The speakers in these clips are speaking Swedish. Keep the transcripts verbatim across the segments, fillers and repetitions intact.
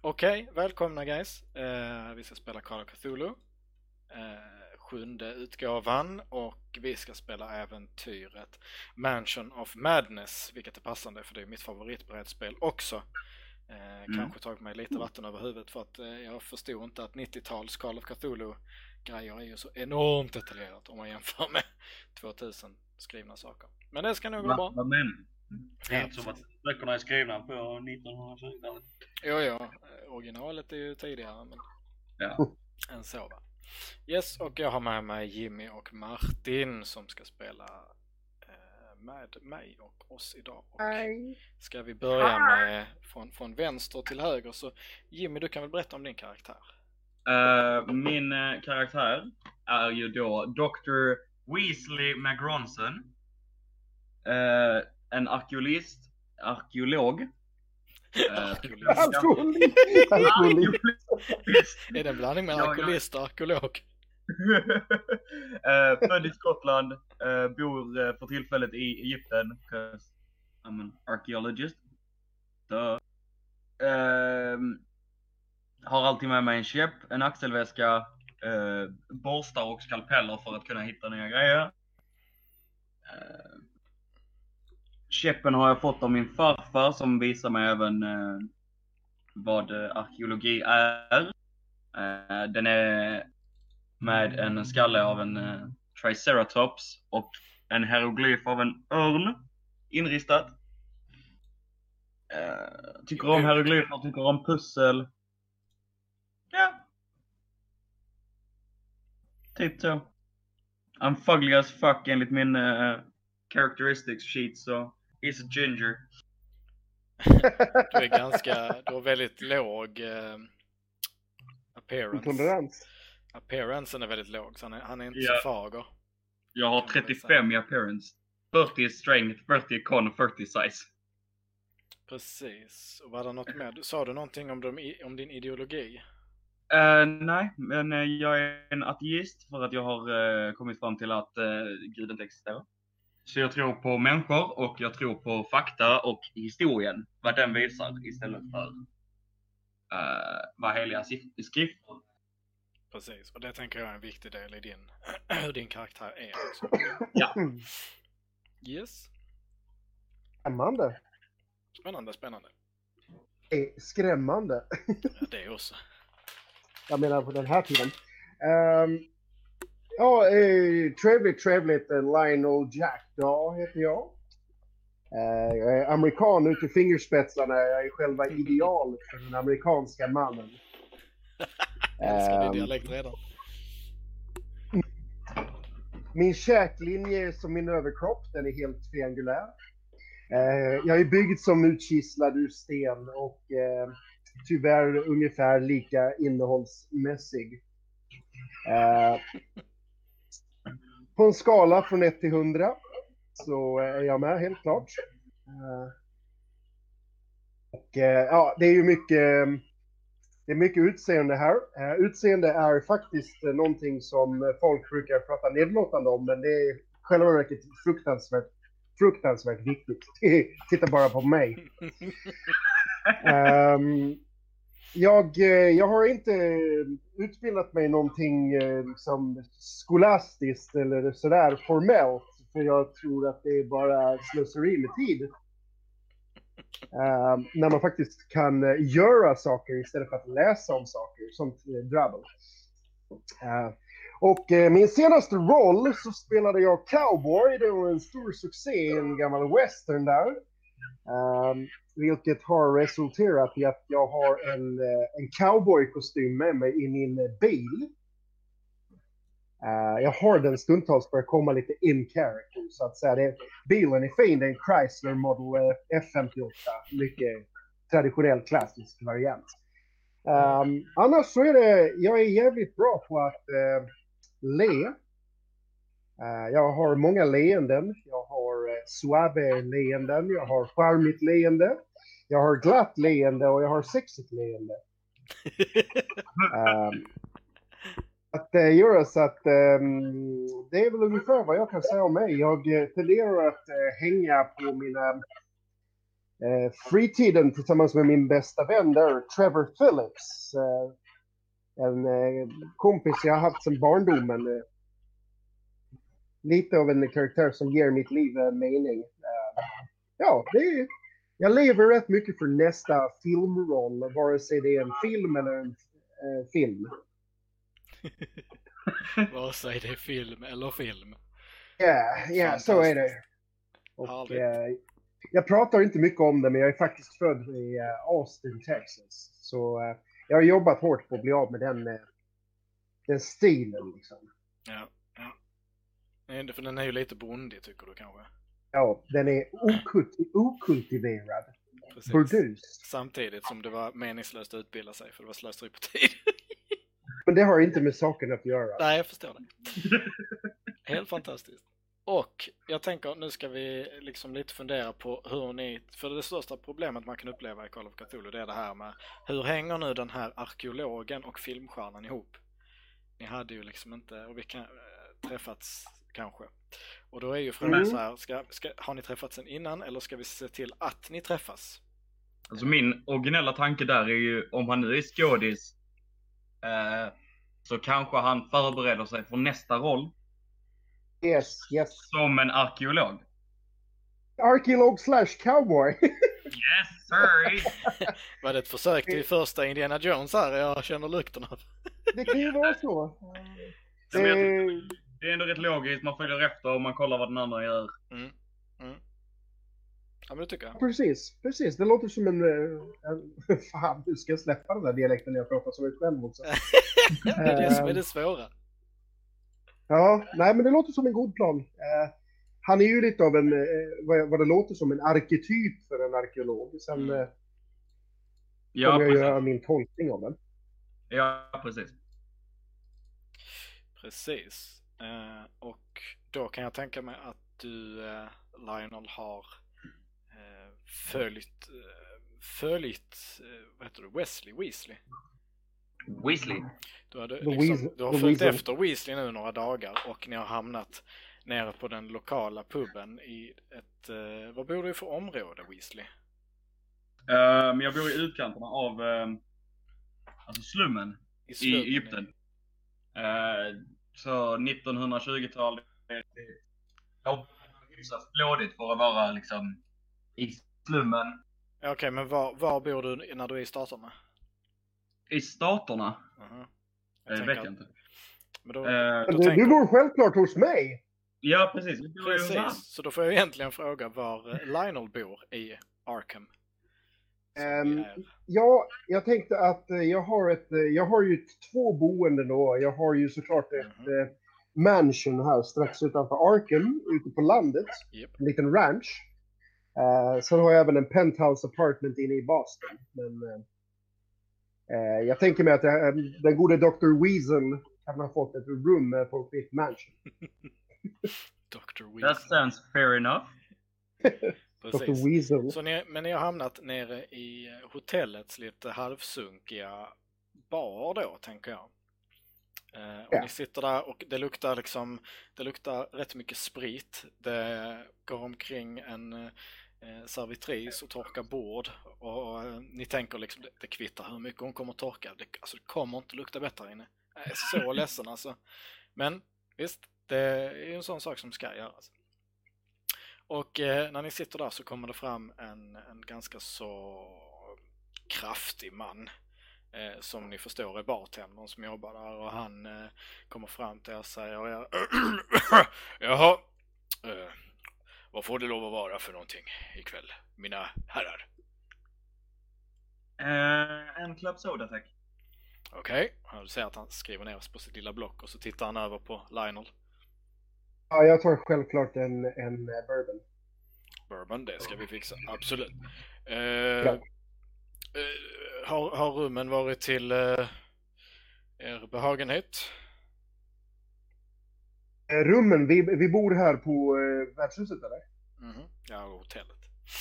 Okej, okay, välkomna guys. Uh, vi ska spela Call of Cthulhu. Uh, sjunde utgåvan. Och vi ska spela äventyret Mansion of Madness. Vilket är passande för det är mitt favoritbrädspel också. Uh, mm. Kanske tagit mig lite vatten över huvudet för att uh, jag förstod inte att nittio-tals Call of Cthulhu-grejer är ju så enormt detaljerat om man jämför med tvåtusen skrivna saker. Men det ska nog gå bra. Men det är inte som att böckerna är skrivna på nittonhundratjugotalet. Jo, ja. Originalet är ju tidigare, men ja. än så va. Yes, och jag har med mig Jimmy och Martin som ska spela eh, med mig och oss idag. Och ska vi börja med från, från vänster till höger, så Jimmy, du kan väl berätta om din karaktär? Uh, min uh, karaktär är ju då doktor Weasley McGronson. Uh, en arkeolist, arkeolog. Uh, arkeolist. Är det en blandning med arkeolist och arkeolog? uh, född i Skottland, uh, bor uh, för tillfället i Egypten, 'cause I'm an archaeologist. Så, uh, har alltid med mig en käpp, en axelväska, uh, borstar och skalpeller för att kunna hitta nya grejer. Uh, Käppen har jag fått av min farfar som visar mig även eh, vad arkeologi är. Eh, den är med en skalle av en eh, triceratops och en hieroglyf av en örn inristat. Eh, tycker om hieroglyfer, tycker om pussel. Ja. Typ så. I'm fugly as fuck enligt min eh, characteristics sheet, så he's a ginger. Du är ganska, du har väldigt låg uh, appearance. Tolerans. Appearancen är väldigt låg, så han är, han är inte yeah. så fager. Jag har trettiofem i appearance. fyrtio i strength, fyrtio i con och fyrtio i size. Precis. Och var det något mer? Sa du någonting om, dem, om din ideologi? Uh, nej, men uh, jag är en ateist för att jag har uh, kommit fram till att uh, Gud inte existerar. Så jag tror på människor och jag tror på fakta och historien, vad den visar istället för uh, vad heliga skrifter. Precis, och det tänker jag är en viktig del i din, hur din karaktär är också. Ja. Yes. Spännande. Spännande, spännande. Det är skrämmande. Ja, det är också. Jag menar på den här tiden. Um... Ja, eh, trevligt, trevligt. Lionel Jackdaw heter jag. Eh, jag är amerikan ut i fingerspetsarna. Jag är själva ideal för den amerikanska mannen. Jag älskar din dialekt redan. Min käklinje som min överkropp, den är helt triangulär. Eh, jag är byggd som utkisslad ur sten och eh, tyvärr ungefär lika innehållsmässig. Eh, På en skala från ett till hundra så är jag med helt klart. Uh, och uh, ja, det är ju mycket, det är mycket utseende här. Uh, utseende är faktiskt uh, någonting som folk brukar prata nedlåtande om, men det är själva verket fruktansvärt, fruktansvärt viktigt. Titta bara på mig. Um, Jag, jag har inte utbildat mig någonting liksom skolastiskt eller sådär formellt, för jag tror att det är bara slöseri med tid. Uh, när man faktiskt kan göra saker istället för att läsa om saker, som Drabble. Uh, och uh, min senaste roll så spelade jag cowboy, det var en stor succé, en gammal western där. Um, vilket har resulterat i att jag har en, en cowboykostym med mig i min bil. Uh, jag har den stundtals för att komma lite in character, så att säga. Det, bilen är fin, det är en Chrysler Model F femtioåtta. Mycket traditionell klassisk variant. Um, annars så är det, jag är jävligt bra på att uh, le. Uh, jag har många leenden. Jag har uh, suave leenden. Jag har charmigt leende. Jag har glatt leende och jag har sexigt leende. uh, att uh, göra så att um, det är väl ungefär vad jag kan säga om mig. Jag uh, tenderar att uh, hänga på mina eh, fritiden tillsammans med min bästa vän där, Trevor Phillips. Eh, en eh, kompis jag har haft sedan barndomen. Eh, lite av en karaktär som ger mitt liv eh, mening. Eh, ja, det är, jag lever rätt mycket för nästa filmroll, vare sig det är en film eller en eh, film. Vare sig det är film eller film. Ja, yeah, yeah, så är det. Och, eh, jag pratar inte mycket om det, men jag är faktiskt född i eh, Austin, Texas. Så eh, jag har jobbat hårt på att bli av med den, eh, den stilen liksom. Ja, ja. Nej, för den är ju lite bondig, tycker du kanske? Ja, den är okult- okultiverad. Precis. Burdus. Samtidigt som det var meningslöst att utbilda sig, för det var slöseri på tid. Men det har inte med saken att göra. Nej, jag förstår det. Helt fantastiskt. Och jag tänker, nu ska vi liksom lite fundera på hur ni, för det största problemet man kan uppleva i Call of Cthulhu, det är det här med hur hänger nu den här arkeologen och filmstjärnan ihop? Ni hade ju liksom inte, och vi kan äh, träffats kanske. Och då är ju frågan mm. så här, ska, ska, har ni träffats sen innan eller ska vi se till att ni träffas? Alltså min originella tanke där är ju, om han nu är skådis, eh, så kanske han förbereder sig för nästa roll. Yes, yes. Som en arkeolog. Arkeolog slash cowboy. Yes, sorry. Var det ett försök till första Indiana Jones här? Jag känner lukten av. Det kan ju vara så. Det, det, det är ändå rätt logiskt. Man följer efter och man kollar vad den andra gör. Mm. Mm. Ja, men det tycker jag. Precis, precis. Det låter som en... en fan, nu ska jag släppa den där dialekten när jag pratar som mig själv också. Det är det som är det svåra. Ja, nej men det låter som en god plan. Uh, han är ju lite av en, uh, vad, vad det låter som, en arketyp för en arkeolog. Sen uh, mm. ja, kommer jag precis. göra min tolkning av den. Ja, precis. Precis. Uh, och då kan jag tänka mig att du, uh, Lionel, har uh, följt, uh, följt uh, vad heter det, Wesley, Weasley. Weasley. Du, hade, liksom, du har följt efter Weasley nu några dagar och ni har hamnat nere på den lokala puben i ett... Eh, vad bor du i för område, Weasley? Um, jag bor i utkanterna av um, alltså slummen i, slummen, i Egypten. I... Uh, så nittonhundratjugotal är hyfsat blådigt för att vara liksom i slummen. Okej, okay, men var, var bor du när du är i staterna? I staterna? Uh-huh. Jag, jag vet jag inte. Men då, uh, då du, du bor självklart hos mig. Ja, precis. Precis, så då får jag egentligen fråga var Lionel bor i Arkham. Um, ja, jag tänkte att jag har ett, jag har ju två boenden då. Jag har ju såklart ett mm-hmm. mansion här strax utanför Arkham, ute på landet. Yep. En liten ranch. Uh, sen har jag även en penthouse apartment inne i Boston. Men uh, uh, jag tänker mig att uh, den gode doktor Weasel kan ha fått ett rum uh, på mitt mansion. doktor Weasel. That sounds fair enough. Precis. Så ni, men ni har hamnat nere i hotellets lite halvsunkiga bar då, tänker jag. Eh, och ja. Ni sitter där och det luktar liksom, det luktar rätt mycket sprit. Det går omkring en eh, servitris och torkar bord. Och, och eh, ni tänker liksom, det, det kvittar hur mycket hon kommer att torka. Det, alltså det kommer inte lukta bättre inne. Jag är så ledsen alltså. Men visst, det är ju en sån sak som ska göras. Och eh, när ni sitter där så kommer det fram en, en ganska så kraftig man eh, som ni förstår är bartendern som jobbar där, och han eh, kommer fram till er och säger ja, jaha, eh, vad får det lov att vara för någonting ikväll, mina herrar? Uh, en club soda, tack. Okej, okay. Du ser att han skriver ner på sitt lilla block och så tittar han över på Lionel. Ja, jag tar självklart en, en bourbon. Bourbon, det ska vi fixa. Absolut. Eh, ja. eh, har, har rummen varit till eh, er behagenhet? Eh, rummen? Vi, vi bor här på eh, värdshuset, eller? Mm-hmm. Ja, hotellet.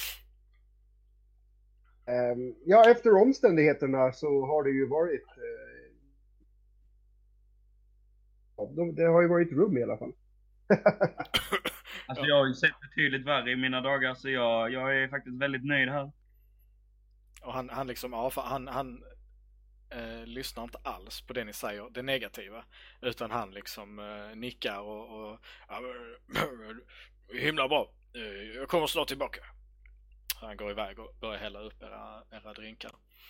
Eh, ja, efter omständigheterna så har det ju varit... Eh, ja, det har ju varit rum i alla fall. Alltså jag har ju sett betydligt värre i mina dagar, så jag, jag är faktiskt väldigt nöjd här. Och han, han liksom, ja, han, han eh, lyssnar inte alls på det ni säger, det negativa. Utan han liksom eh, nickar och, och ja, himla bra. Eh, jag kommer snart tillbaka. Han går iväg och börjar hälla upp era, era drinkar.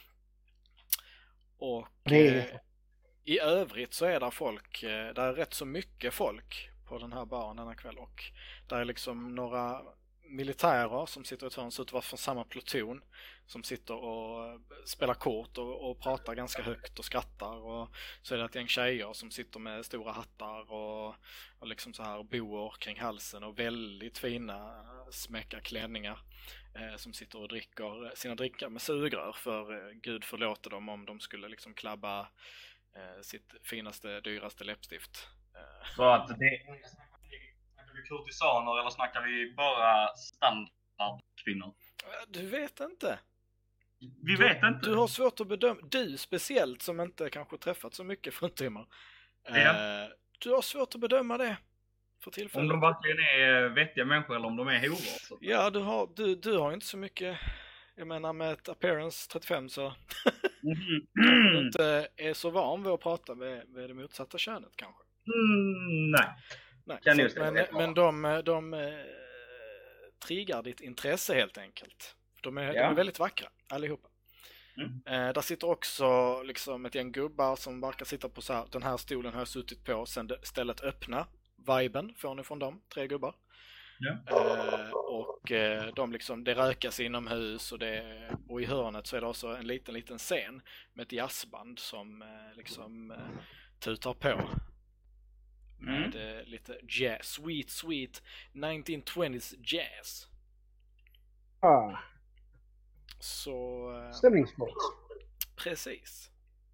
Och eh, i övrigt så är där folk, eh, där är rätt så mycket folk på den här baren denna kväll. Och där är liksom några militärer som sitter i ett hörn, så var från samma pluton, som sitter och spelar kort och, och pratar ganska högt och skrattar. Och så är det ett gäng tjejer som sitter med stora hattar och, och liksom så här boor kring halsen och väldigt fina smäcka klänningar eh, som sitter och dricker sina drinkar med sugrör, för eh, Gud förlåter dem om de skulle liksom klabba eh, sitt finaste, dyraste läppstift. Eh. Så att det... Snackar vi kurtisaner eller snackar vi bara standardkvinnor? Du vet inte. Vi vet du, inte. Du har svårt att bedöma. Du speciellt som inte kanske träffat så mycket fruntimmer. Ja. Eh, du har svårt att bedöma det för tillfället. Om de verkligen är vettiga människor eller om de är horor. Ja, du har, du, du har inte så mycket. Jag menar med ett appearance trettiofem så Mm. du inte är så van vid att prata med, med det motsatta könet kanske. Mm, nej. Nej, Kan så, just det, men, det är men de, de eh, triggar ditt intresse helt enkelt. De är, Ja. de är väldigt vackra, allihopa. Mm. Eh, där sitter också liksom ett gäng gubbar som verkar sitta på så här, den här stolen har jag suttit på sen det, stället öppna. Viben får ni från dem, tre gubbar. Ja. Eh, och eh, de liksom, det rökas inomhus och, det, och i hörnet så är det också en liten liten scen med ett jazzband som eh, liksom eh, tutar på. Med Mm. eh, lite jazz, sweet sweet nineteen twenties jazz. Ah, Så eh, stämningsbrott. precis.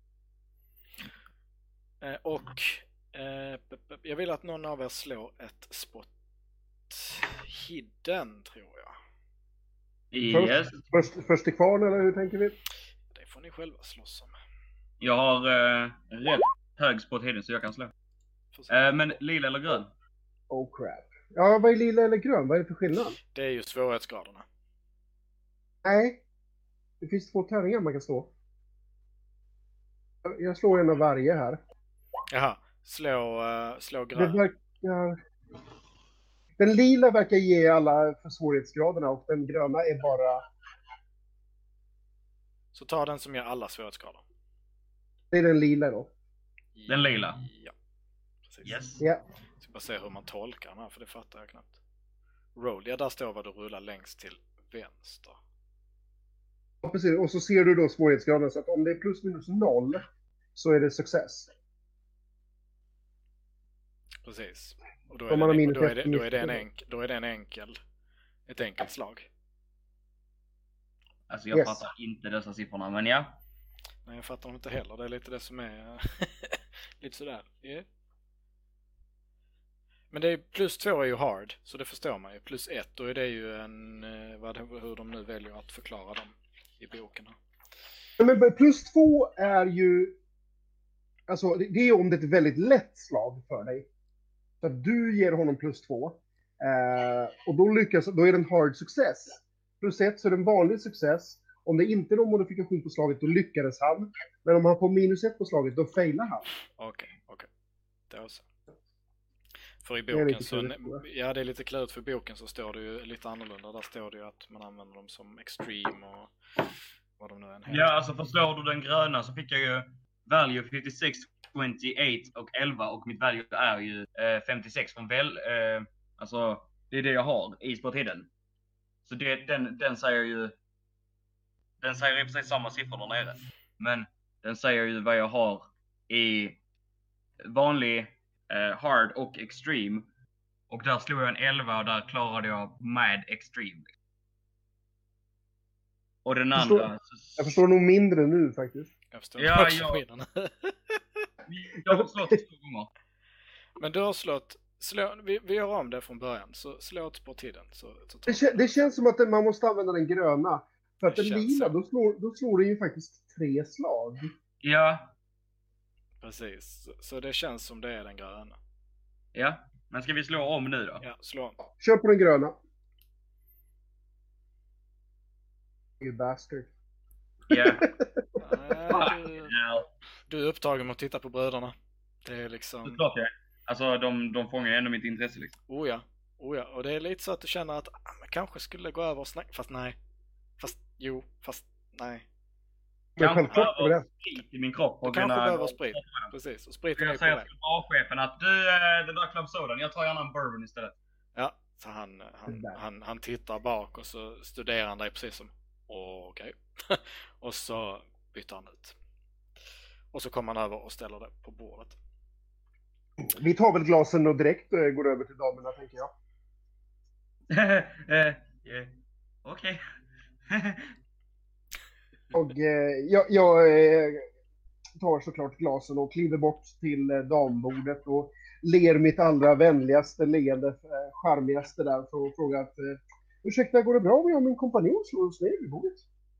Eh, och eh, p- p- jag vill att någon av er slår ett spot hidden, tror jag. Yes. Först, först till kvarn, eller hur tänker vi? Det får ni själva slåss om. Jag har eh, rätt hög spot hidden så jag kan slå. Får se. Eh, men lila eller grön? Oh crap. Ja, vad är lila eller grön? Vad är det för skillnad? Det är ju svårighetsgraderna. Nej. Det finns två tärningar man kan slå. Jag slår en av varje här. Jaha, slå, uh, slå Det grön. verkar... Den lila verkar ge alla för svårighetsgraderna och den gröna är bara... Så ta den som ger alla svårighetsgrader. Det är den lila då. Den lila? Ja, precis. Yes. Ja. Jag ska bara se hur man tolkar den här, för det fattar jag knappt. Roll, ja där står vad du rullar längst till vänster. Ja, precis. Och så ser du då svårighetsgraden, så att om det är plus minus noll så är det success. Precis. Och då är, Om man har det, minus då, är det, ett, då, är det en minus enk, då är det en enkel, ett enkelt slag. Alltså jag Yes. fattar inte dessa siffrorna, men ja. Nej, jag fattar inte heller. Det är lite det som är lite sådär. Yeah. Men det är, plus två är ju hard, så det förstår man ju. Plus ett, då är det ju en, eh, vad, hur de nu väljer att förklara dem i boken här. Ja, men plus två är ju... Alltså, det det är ju om det är ett väldigt lätt slag för dig. Så att du ger honom plus två. Eh, och då lyckas, då är det en hard success. Plus ett så är det en vanlig success. Om det inte är någon modifikation på slaget, då lyckades han. Men om han får minus ett på slaget, då failar han. Okej, okay, okej. Okay. Det är så. För i Det är boken lite så, klurigt, tror jag. ja det är lite klurigt, för i boken så står det ju lite annorlunda. Där står det ju att man använder dem som extreme och vad de nu än heter. Ja, alltså förslår du den gröna så fick jag ju value femtiosex, tjugoåtta och elva och mitt value är ju eh, femtiosex från väl. Eh, alltså det är det jag har i spot hidden. Så det, den, den säger ju den säger i precis samma siffror där nere. Men den säger ju vad jag har i vanlig, eh, hard och extreme. Och där slog jag en elva och där klarade jag med extreme. Och den Jag förstår- andra... Jag förstår nog mindre nu faktiskt. Jag förstår Ja, också ja. skillnaden. Jag har slått två gånger. Men du har slått, slå, vi, vi gör om det från början, så slå ett på tiden. Så, så tar Det, vi kä- det känns som att man måste använda den gröna. För att Det den känns lila, så. då slår, då slår den ju faktiskt tre slag. Ja, Precis, så, så det känns som det är den gröna. ja. Men ska vi slå om nu då? Ja, slå om. Kör på den gröna. You bastard. Yeah. Nej, du, Ja. du är upptagen med att titta på bröderna. Det är liksom... Det är klart jag är. Alltså de, de fångar ju ändå mitt intresse liksom. Oh ja, oh ja. Och det är lite så att du känner att ah, man kanske skulle gå över och snacka. Fast nej. Fast jo, fast nej. Men Kanske självklart med behöver det. sprit i min kropp. Du och kanske kunna- behöver sprit. Precis, och spriten är Jag på säger väg. till barchefen att du, äh, den där Club Sodan, jag tar gärna en bourbon istället. Ja, så han, han, han, han tittar bak och så studerar han dig precis som okej. Och så byter han ut. Och så kommer han över och ställer det på bordet. Vi tar väl glasen och direkt eh, går över till damerna, tänker jag. Eh, eh, Okej. Och eh, jag, jag eh, tar såklart glasen och kliver bort till eh, dambordet och ler mitt allra vänligaste leende, eh, charmigaste där för att fråga att eh, ursäkta, går det bra om jag och min kompanjon slår oss ner vid bordet?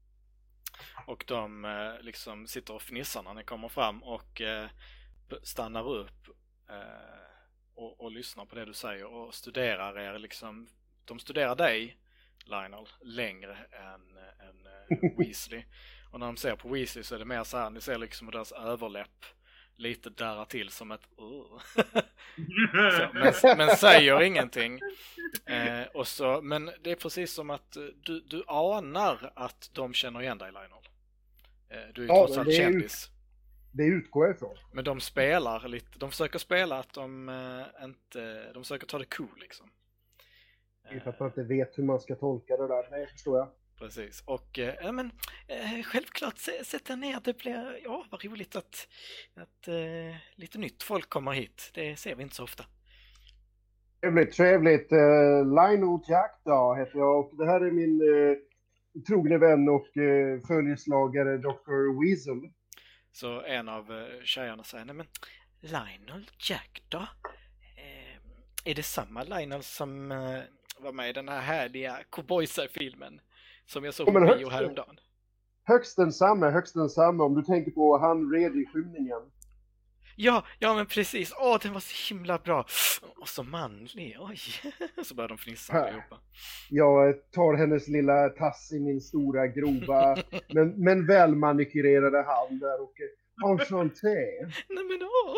Och de eh, liksom sitter och fnissar när ni kommer fram och eh, stannar upp eh, och, och lyssnar på det du säger och studerar er liksom. De studerar dig, Lionel, längre än, än eh, Weasley. Och när de ser på Weasley så är det mer så här, ni ser liksom hur deras överläpp lite darrar till som ett uh. så, men, men säger ingenting. Eh, och så, men det är precis som att du, du anar att de känner igen dig, Lionel. Eh, du är ju Ja, trots allt det är ju- kändis. Det utgår jag ifrån. Men de spelar lite, de försöker spela att de eh, inte, de försöker ta det cool liksom. Det är för att man inte vet hur man ska tolka det där. Nej, förstår jag. Precis, och eh, ja, men eh, självklart s- sätt er ner, det blir, ja vad roligt att, att eh, lite nytt folk kommer hit, det ser vi inte så ofta. Trevligt, trevligt. Uh, Lionel Jack då heter jag och det här är min uh, trogne vän och uh, följeslagare doktor Weasel. Så en av eh, tjejerna säger, nej men Lionel Jack då? Eh, är det samma Lionel som eh, var med i den här härliga Cowboysar-filmen som jag såg Ja, på men bio högst- häromdagen? Högst densamma, högst densamma om du tänker på han red i skymningen. Ja, ja men precis. Åh, den var så himla bra. Och så manlig, oj. Så börjar de fnissa Här. allihopa. Jag tar hennes lilla tass i min stora grova men, men välmanikurerade hand där och eh, enchanté. Nej men åh.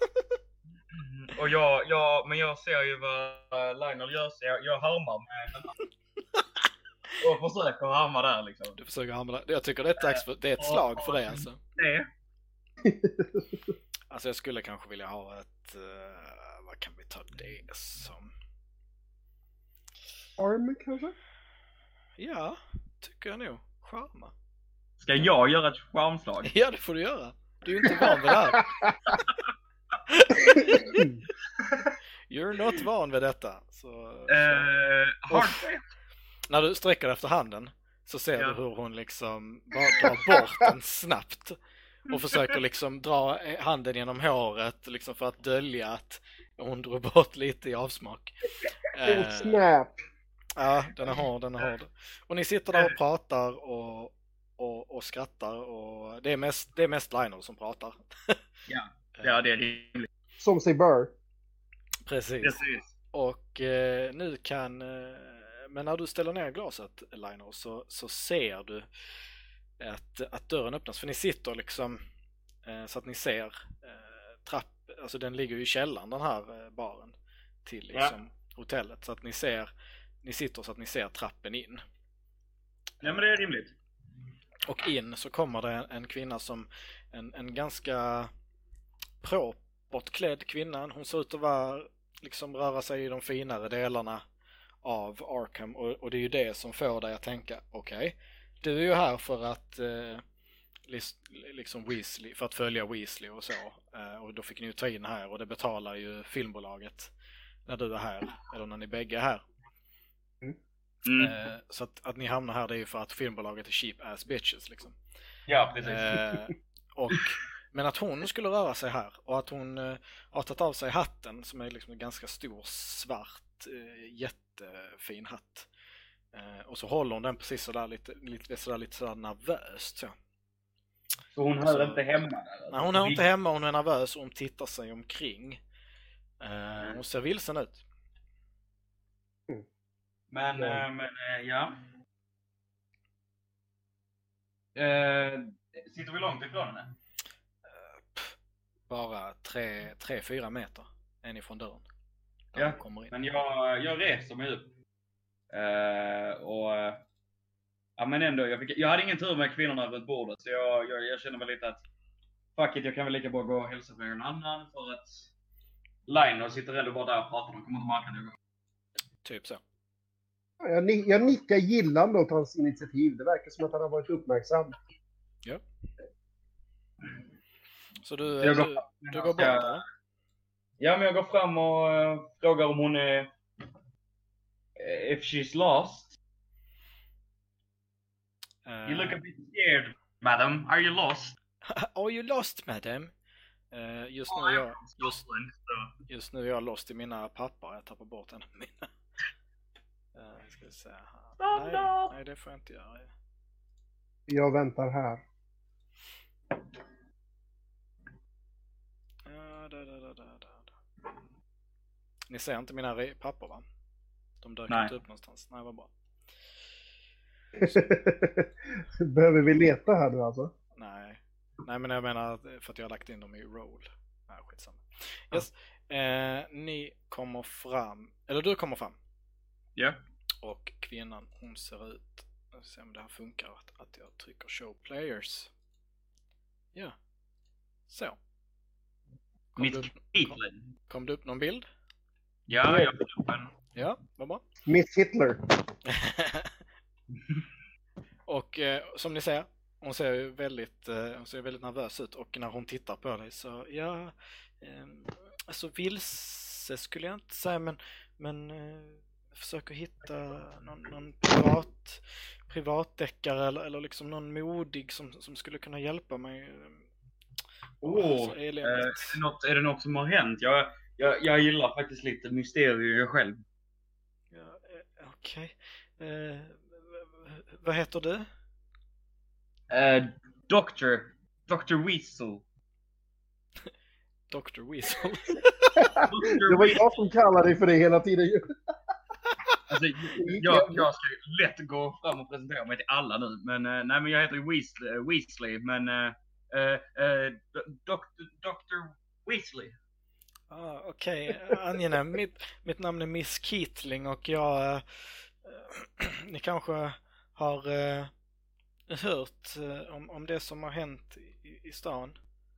Och jag, jag, men jag ser ju vad Lionel gör, så jag, jag harmar med den här. Och försöker harma där liksom. Du försöker hamna där. Jag tycker det är ett, dags för, det är ett slag för dig alltså. Nej. Alltså jag skulle kanske vilja ha ett... Uh, vad kan vi ta det som? Arm kanske? Ja, tycker jag nog. Charma. Ska jag göra ett charmslag? Ja, det får du göra. Du är ju inte van vid det här. You're not van vid detta. Så, så. Eh, hard fail. När du sträcker efter handen så ser Ja. du hur hon liksom bara drar bort den snabbt och försöker liksom dra handen genom håret liksom för att dölja att hon drog bort lite i avsmak. Oh, Eh, snap! ja, den är hård, den är hård. Och ni sitter där och pratar och, och, och skrattar och det är mest, det är mest Lionel som pratar. Ja, ja, det är rimligt. Som sig bör. Precis. Precis. Och eh, nu kan... Eh, men när du ställer ner glaset, Lionel, så, så ser du att, att dörren öppnas. För ni sitter liksom eh, så att ni ser eh, trapp... Alltså den ligger ju i källaren, den här eh, baren, till liksom hotellet. Så att ni ser... Ni sitter så att ni ser trappen in. Ja, men det är rimligt. Och in så kommer det en kvinna som... En, en ganska propert klädd kvinna. Hon ser ut att vara... liksom röra sig i de finare delarna av Arkham och, och det är ju det som får dig att tänka okej, okay, du är ju här för att eh, liksom Weasley, för att följa Weasley och så eh, och då fick ni ju ta in här och det betalar ju filmbolaget när du är här eller när ni bägge är här. Mm. Eh, så att, att ni hamnar här det är ju för att filmbolaget är cheap ass bitches liksom. Ja, precis. Eh, och men att hon skulle röra sig här och att hon eh, har tagit av sig hatten som är liksom en ganska stor svart eh, jättefin hatt. Eh, och så håller hon den precis sådär lite, lite, sådär, lite sådär nervöst så. Så hon hör så- inte hemma där? Nej, hon är inte hemma, hon är nervös och hon tittar sig omkring. Uh, hon ser vilsen ut. Men, Ja. äh, men äh, ja. Äh, sitter vi långt ifrån henne? Uh, pff, bara tre, tre, fyra meter än ifrån dörren. Där Ja, hon kommer in. men jag, jag reser mig upp. Uh, och uh, ja, men ändå, jag, fick, jag hade ingen tur med kvinnorna runt bordet. Så jag, jag, jag känner väl lite att fuck it, jag kan väl lika bra gå och hälsa på någon annan. För att Lionel sitter ändå bara där och pratar. De kommer inte märka det. Typ så. Jag, ni- jag nickar gillande åt hans initiativ. Det verkar som att han har varit uppmärksam. Ja. Så du, Jag går du, fram, du jag går ska- bort eller? Ja, men jag går fram och uh, frågar om hon är... Uh, if she's lost. You look a bit scared, madam. Are you lost? Are you lost, madam? Uh, just, nu Oh, är I'm jag, from just, Scotland, so- just nu är jag lost i mina papper. Jag tappar bort en av mina. Uh, ska vi se här. Nej, nej, det får jag inte göra. Jag väntar här. Uh, da, da, da, da, da. Ni ser inte mina re- papper va? De dök Nej. inte upp någonstans. Nej, vad bra. Behöver vi leta här nu alltså? Nej. Nej, men jag menar att- för att jag har lagt in dem i roll. Nej, skitsamma. Yes. Eh, ni kommer fram, eller du kommer fram. Ja. Och kvinnan, hon ser ut, jag ska se om det här funkar, att, att jag trycker show players. Ja. Så. Kom Miss det, upp, kom, Caitlin. kom det upp någon bild? Ja, jag får upp en. Ja, vad bra. Miss Hitler. Och eh, som ni ser, hon ser ju väldigt, eh, hon ser väldigt nervös ut och när hon tittar på dig så, ja, eh, alltså vilse skulle jag inte säga men, men eh, jag försöker hitta någon, någon privat, privatdeckare eller, eller liksom någon modig som, som skulle kunna hjälpa mig. Åh, Så eh, eländigt. är, det något, är det något som har hänt? Jag, jag, jag gillar faktiskt lite mysterier själv. Ja, eh, okej. Eh, v- v- vad heter du? Uh, Doctor. Doctor Weasel. doktor Weasel. Det var jag som kallade dig för det hela tiden. Alltså, jag, jag ska ju lätt gå fram och presentera mig till alla nu. Men, uh, nej, men jag heter ju Weasley, uh, Weasley men uh, uh, uh, Doctor Weasley. Ah, okej, okay. Angenäm. Mitt, mitt namn är Miss Keatling och jag... Äh, ni kanske har äh, hört äh, om, om det som har hänt i, i stan.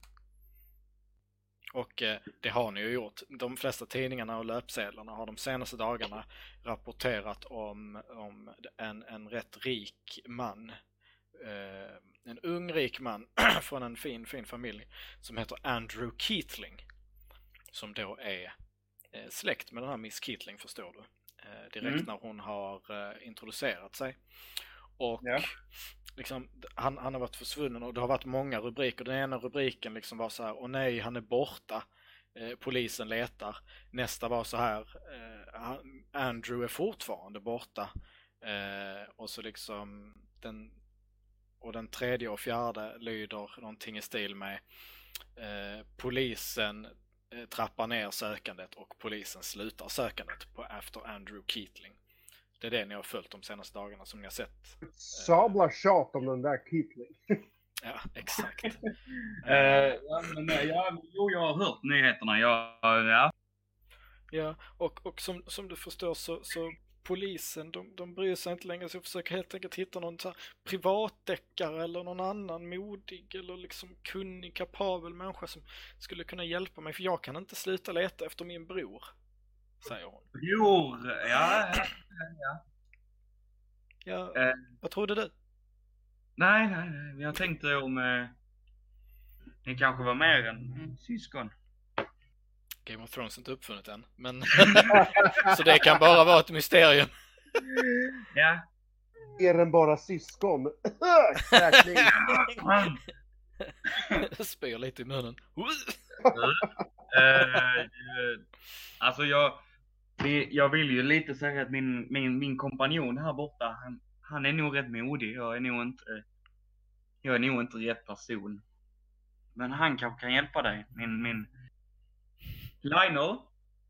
Och äh, det har ni ju gjort. De flesta tidningarna och löpsedlarna har de senaste dagarna rapporterat om, om en, en rätt rik man. Äh, en ung rik man från en fin, fin familj som heter Andrew Keatling. Som då är eh, släkt med den här Miss Keatling, förstår du. Eh, direkt Mm. när hon har eh, introducerat sig. Och Ja. liksom, han, han har varit försvunnen och det har varit många rubriker. Den ena rubriken liksom var så här: åh nej, han är borta. Eh, polisen letar. Nästa var så här: eh, han, Andrew är fortfarande borta. Eh, och så liksom den, och den tredje och fjärde lyder någonting i stil med eh, polisen trappar ner sökandet och polisen slutar sökandet på efter Andrew Keatling. Det är det ni har följt de senaste dagarna som ni har sett. Sabla tjat om den där Keatling. Ja, exakt. Uh, ja, men, uh, ja, jo, jag har hört nyheterna. Jag, uh, ja. Ja, och, och som, som du förstår så, så polisen, de, de bryr sig inte längre, så jag försöker helt enkelt hitta någon så här privatdeckare eller någon annan modig eller liksom kunnig, kapabel människa som skulle kunna hjälpa mig, för jag kan inte sluta leta efter min bror, säger hon. Jo, ja, ja, ja. Ja, Eh. vad trodde du? Nej, nej, nej. Jag tänkte om eh, ni kanske var mer än syskon. Game of Thrones är inte uppfunnit än, men så det kan bara vara ett mysterium. Ja. Mer än bara syskon. Säkring. Mm. Spyr lite i munnen. uh, alltså jag, det, jag vill ju lite säga att min, min, min kompanjon här borta, han, han är nog rätt modig. Jag är nog inte, jag är nog inte rätt person. Men han kanske kan hjälpa dig. Min, min Lionel,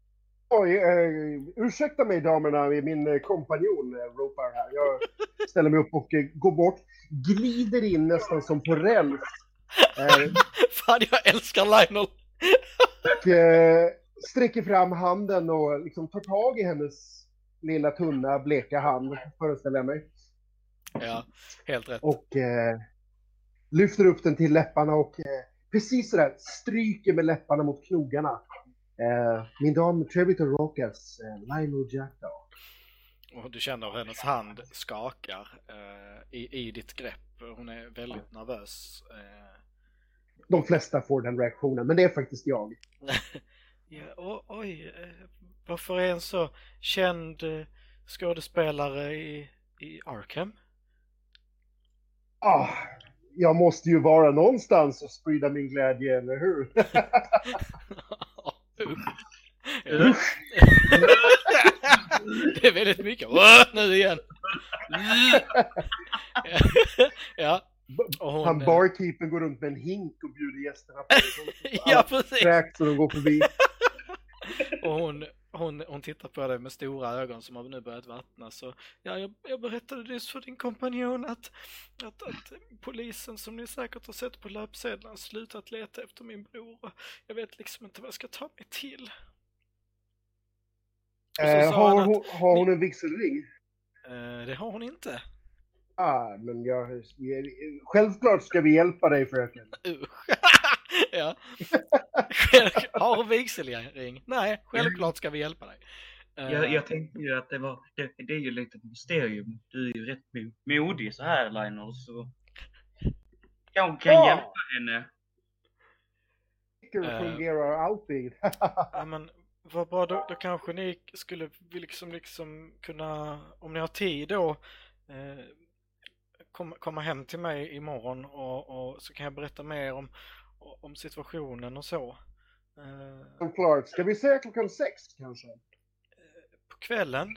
Oj, eh, ursäkta mig damerna, min eh, kompanjon eh, ropar här. Jag ställer mig upp och eh, går bort, glider in nästan som på räls. Eh, Fan, jag älskar Lionel! och eh, sträcker fram handen och liksom tar tag i hennes lilla tunna, bleka hand, föreställer jag mig. Ja, helt rätt. Och eh, lyfter upp den till läpparna och eh, precis sådär stryker med läpparna mot knogarna. Eh, min dam, trevligt att råkas, eh, Lionel Jackdaw. Och du känner hur hennes hand skakar eh, i, i ditt grepp. Hon är väldigt nervös. Eh. De flesta får den reaktionen, men det är faktiskt jag. Ja, o- oj, eh, varför är en så känd eh, skådespelare i, i Arkham? Ah, jag måste ju vara någonstans och sprida min glädje, eller hur? Ja. Det är väldigt mycket. Åh, nu igen. Ja. Och hon, Han barkeepen går runt med en hink och bjuder gästerna på det. Ja, precis. Kräks så de går förbi. Och hon, hon, hon tittar på dig med stora ögon som har nu börjat vattna. Så ja, jag, jag berättade nyss för din kompanjon att, att, att polisen, som ni säkert har sett på löpsedlarna, slutat leta efter min bror. Jag vet liksom inte vad jag ska ta mig till. Eh, har, han hon, att, har hon en vigselring? eh, det har hon inte. Ah, men jag, självklart ska vi hjälpa dig, fröken. Usch. Ja. Har hon vigselring? Nej, självklart ska vi hjälpa dig. Eh, Jag, jag tänkte ju att det var, det, det är ju lite ett mysterium. Du är ju rätt mo- modig så här, Lionel, så jag kan Ja. hjälpa henne. Hur Eh. fungerar alltid? Ja, men vad bra, då, då kanske ni skulle liksom, liksom kunna, om ni har tid då, eh, kom, komma hem till mig imorgon och, och så kan jag berätta mer om, om situationen och så. Eh, Klart. Ska vi säga klockan sex kanske? på kvällen?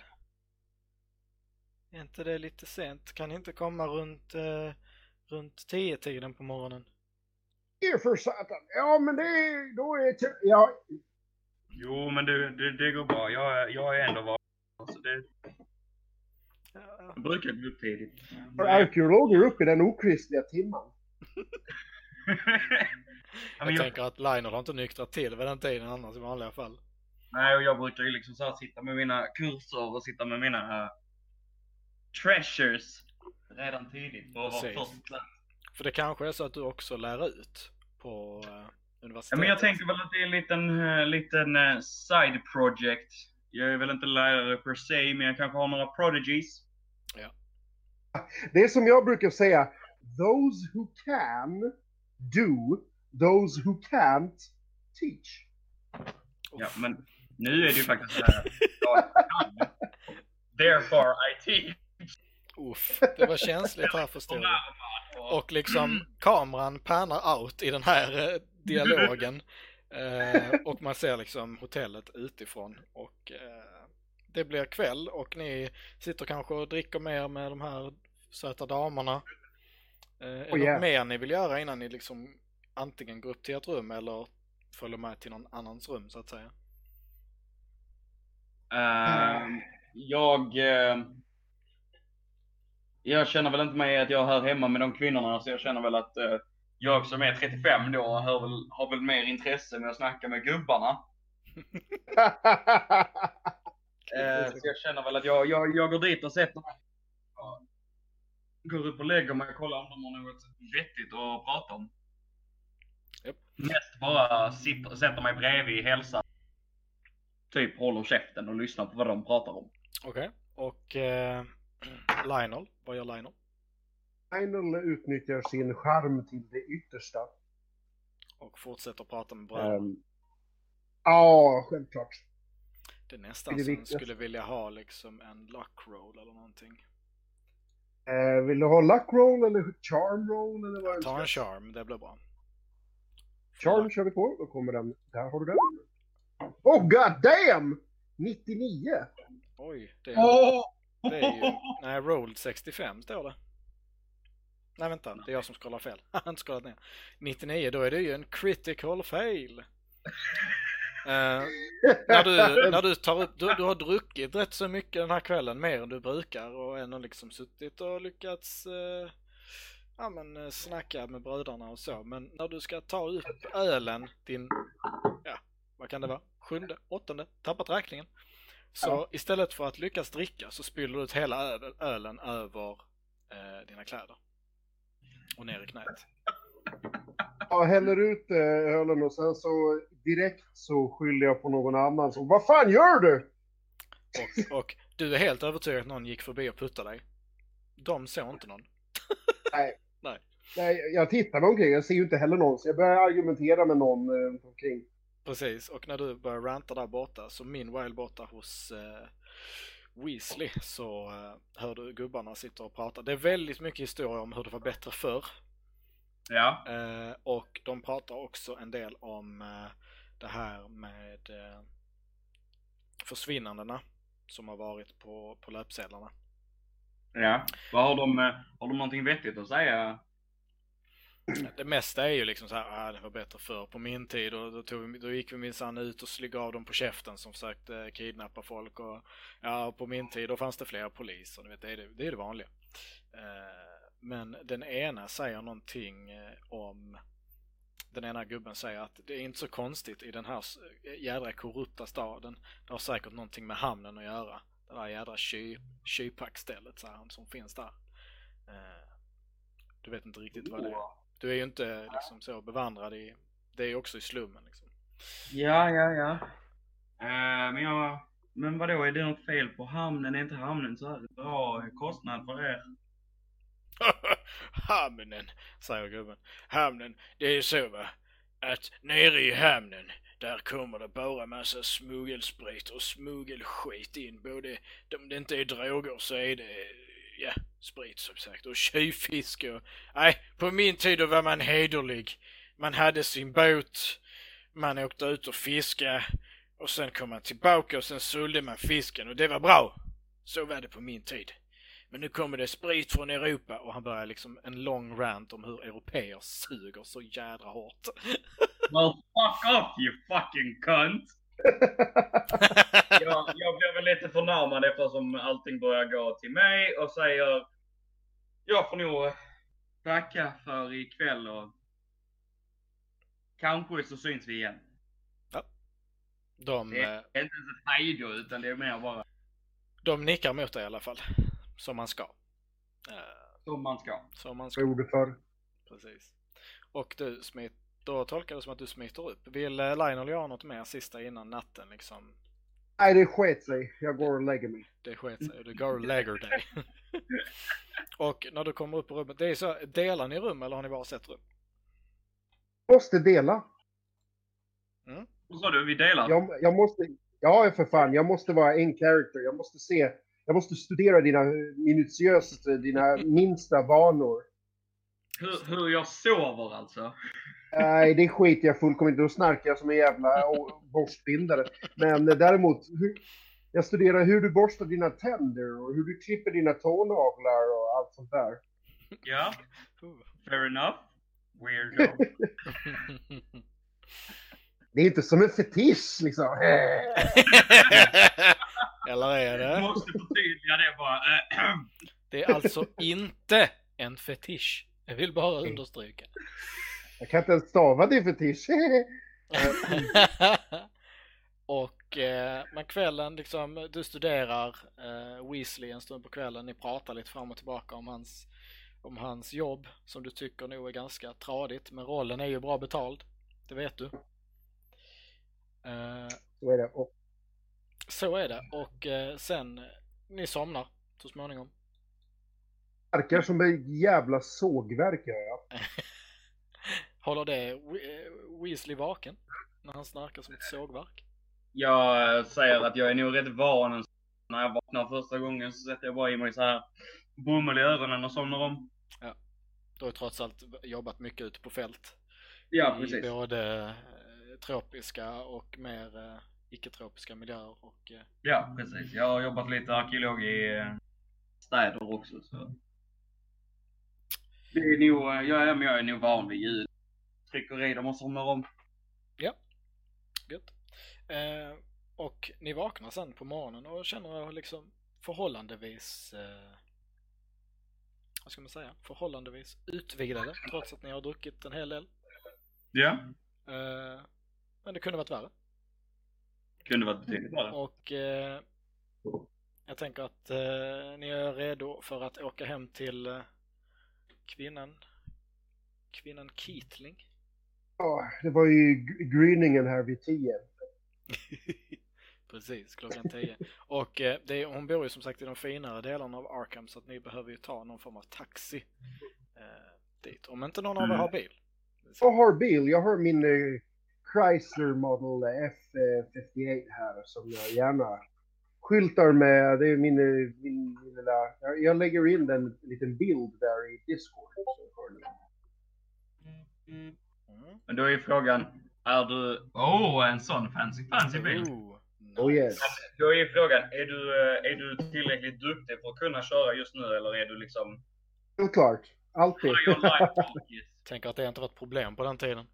Är inte det lite sent? Kan ni inte komma runt, eh, runt tio tiden på morgonen? Det för satan. Ja, men det då är det... Ja, Jo, men det, det, det går bra. Jag, är- jag är ändå vaken. Så det Ja, jag brukar gå upp tidigt. för arkeologer upp i den okristliga timman. Ja, jag men jag, tänker att Lionel har inte nyktrat till vid den tiden annars i vanliga fall. nej, och jag brukar ju liksom så här sitta med mina kurser och sitta med mina uh, treasures redan tidigt för att vara Precis. först klass. För det kanske är så att du också lär ut på eh, universitetet. Ja, men jag tänker väl att det är en liten, uh, liten uh, side project. Jag är väl inte lärare per se, men jag kanske har några prodigies. Det är som jag brukar säga. Those who can do, those who can't teach. Ja, men nu är det ju faktiskt så här. Jag kan. Therefore I teach. Uff, det var känsligt här förstår du. Och liksom kameran pannar out i den här eh, dialogen. Eh, och man ser liksom hotellet utifrån. Och eh, det blir kväll och ni sitter kanske och dricker mer med de här söta damerna. Eh, är det Oh, yeah. något mer ni vill göra innan ni liksom antingen går upp till ert rum eller följer med till någon annans rum så att säga? Ehm, jag... eh, jag känner väl inte mig att jag hör hemma med de kvinnorna, så jag känner väl att eh, jag som är trettiofem då hör väl, har väl mer intresse med att snacka med gubbarna. Eh, så jag känner väl att jag, jag, jag går dit och sätter mig. Ja, går upp och lägger mig och kollar om de har något vettigt att prata om. Japp. Mest bara sitter, sätter mig bredvid, hälsar. Typ håller käften och lyssnar på vad de pratar om. Okej, och eh, Lionel, vad gör Lionel? Lionel utnyttjar sin charm till det yttersta. Och fortsätter prata med bröderna. Ehm, Ja, självklart. Det är nästan det är som viktigt. skulle vilja ha liksom en luck roll eller någonting. Eh, vill du ha luck roll eller charm roll eller vad? Ta en charm, det blir bra. Charm kör vi på. Då kommer den. Där har du den. Oh god damn! nittionio. Oj, det är, Åh! det är ju... Nej, rolled sextiofem står det. Nej vänta, det är jag som scrollar fel. Jag har inte scrollat ner. nittionio, då är det ju en critical fail. Uh, när, du, när du tar upp, du, du har druckit rätt så mycket den här kvällen, mer än du brukar, och ändå liksom suttit och lyckats uh, ja, men, snacka med bröderna och så. Men när du ska ta upp ölen, din, ja, vad kan det vara? Sjunde, åttonde, tappat räkningen. Så ja. Istället för att lyckas dricka så spyller du ut hela ölen över uh, dina kläder. Och ner i knät. Jag häller ut ölen och sen så direkt så skyller jag på någon annan. Så, vad fan gör du? Och, och du är helt övertygad att någon gick förbi och puttade dig. De såg inte någon. Nej. Nej. Nej, jag tittar mig omkring. Jag ser ju inte heller någon. Så jag börjar argumentera med någon eh, omkring. Precis. Och när du börjar ranta där borta, så min while borta hos eh, Weasley, så eh, hör du gubbarna sitta och prata. Det är väldigt mycket historia om hur det var bättre förr. Ja. Eh, och de pratar också en del om eh, det här med eh, försvinnandena som har varit på, på löpsedlarna. Ja. Vad har de, har de någonting vettigt att säga? Det mesta är ju liksom så här, ah, det var bättre förr på min tid, och då, tog vi, då gick vi minsann ut och slog av dem på käften som försökte kidnappa folk, och ja, på min tid då fanns det fler poliser, du vet, det är det, det är det vanliga. Eh, Men den ena säger någonting om... Den ena gubben säger att det är inte så konstigt i den här jädra korrupta staden. Det har säkert någonting med hamnen att göra. Det där jädra ky, kypackstället, säger han, som finns där. Du vet inte riktigt vad det är. Du är ju inte liksom så bevandrad i... Det är ju också i slummen liksom. Ja, ja, ja. Uh, men jag... Men vadå, är det något fel på hamnen? Är inte hamnen så här bra kostnad för er? Hamnen, säger gubben. Hamnen, det är så va, att nere i hamnen, där kommer det bara massa smuggelsprit och smuggelskit in. Både om det inte är droger så är det, ja, sprit som sagt, och tjuvfiske och... Nej, på min tid då var man hederlig. Man hade sin båt, man åkte ut och fiska, och sen kom man tillbaka och sen sålde man fisken, och det var bra. Så var det på min tid. Men nu kommer det sprit från Europa, och han börjar liksom en lång rant om hur europeer suger så jädra hårt. Well, fuck off you fucking cunt! jag, jag blir väl lite förnärmad eftersom allting börjar gå till mig och säger jag får nog tacka för ikväll, och kanske så syns vi igen. Ja. De, det är inte ens ett hejdå, utan det är mer bara... De nickar mot dig i alla fall. Som man ska. Uh, som man ska. Som man ska. Jag gjorde förr. Precis. Och du, Smith, då tolkar det som att du smiter upp. Vill uh, Lionel göra något mer sista innan natten liksom? Nej, det sket sig. Jag går och lägger mig. Det sket sig. Du går och lägger dig. Och när du kommer upp på rummet, det är så, delar ni rum eller har ni bara sett rum? Måste dela. Mm. Vad sa du? Vi delar? Jag, jag måste... Ja, för fan. Jag måste vara en character. Jag måste se... Jag måste studera dina minutiöst, dina minsta vanor. Hur, hur jag sover alltså? Nej, det skiter jag fullkomligt. Då snarkar jag som en jävla borstbindare. Men däremot, hur, jag studerar hur du borstar dina tänder och hur du klipper dina tånaglar och allt sånt där. Ja, fair enough. Weirdo. Det är inte som en fetisch liksom. Eller är det? Jag måste förtydliga det bara. Det är alltså inte en fetisch. Jag vill bara understryka. Jag kan inte ens stava det fetisch. Och eh, men kvällen liksom, du studerar eh, Weasley en stund på kvällen. Ni pratar lite fram och tillbaka om hans, om hans jobb som du tycker nog är ganska tradigt. Men rollen är ju bra betald. Det vet du. Eh, Så är det. Och Så är det. Och eh, sen, ni somnar så småningom. verkar som en jävla sågverk, gör jag. Håller det We- Weasley vaken när han snarkar som ett sågverk? Jag säger att jag är nog rätt van. När jag vaknar första gången så sätter jag bara i mig så här bomull i öronen och somnar om. Ja. Du har trots allt jobbat mycket ute på fält. Ja, I precis. både eh, tropiska och mer eh, icke-tropiska miljöer. Och, eh, Ja, precis. Jag har jobbat lite arkeolog i eh, städer också. Så. Det är nog, jag, är, jag är nog van vid ljud. Trycker i dem och somnar om. Ja, gött. Eh, och ni vaknar sen på morgonen och känner er liksom förhållandevis eh, vad ska man säga? Förhållandevis utvilade trots att ni har druckit en hel del. Ja, Eh, men det kunde varit värre. kunde varit betydligt värre. Och eh, jag tänker att eh, ni är redo för att åka hem till eh, kvinnan kvinnan Keatling. Ja, det var ju g- gryningen här vid tio. Precis, klockan tio. Och eh, det är, hon bor ju som sagt i de finare delarna av Arkham så att ni behöver ju ta någon form av taxi eh, dit. Om inte någon av er har bil. Jag har bil. Jag har min eh, Chrysler Model F femtioåtta här som jag gärna skyltar med. Det är min, eh, min, min lilla... Jag, jag lägger in en liten bild där i Discord. Så har ni. Mm. Men då är frågan, är du... Åh, oh, en sån fancy fancy bil. Ooh, nice. Oh yes. Då är frågan, är du, eh, är du tillräckligt duktig för att kunna köra just nu eller är du liksom... Helt klart. Alltid. High on life focus? Tänker att det inte var ett problem på den tiden.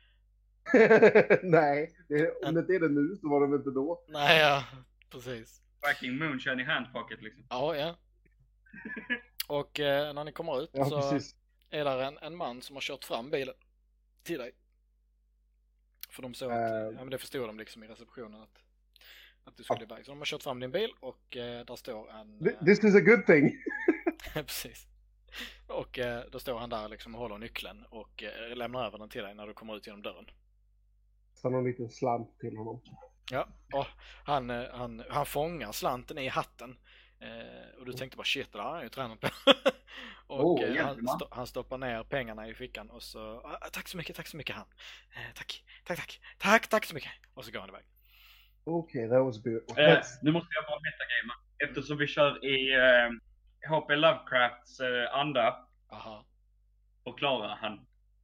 Nej, det, om det inte är det nu så var det väl inte då. Nej, ja, precis. Fucking moonshine i handpocket liksom. Ja, ja. Och eh, när ni kommer ut Ja, så precis. är där en, en man som har kört fram bilen till dig. För de såg att, Eh. ja men det förstod de liksom i receptionen att, att du skulle iväg. Så de har kört fram din bil och eh, där står en... Th- Eh, This is a good thing. precis. Och eh, då står han där liksom och håller nyckeln och eh, lämnar över den till dig när du kommer ut genom dörren. Så någon liten slant till honom. Ja, och han, eh, han, han fångar slanten i hatten. Eh, och du tänkte bara shit, det där har han ju tränat på. och Oh, eh, han, jättebra. sto- han stoppar ner pengarna i fickan och så ah, tack så mycket, tack så mycket han. Eh, tack, tack, tack, tack, tack så mycket. Och så går han iväg. Okej, okay, that was good. Eh, nu måste jag bara metagama. Eftersom vi kör i eh, H P Lovecrafts eh, anda, Aha. förklarar han.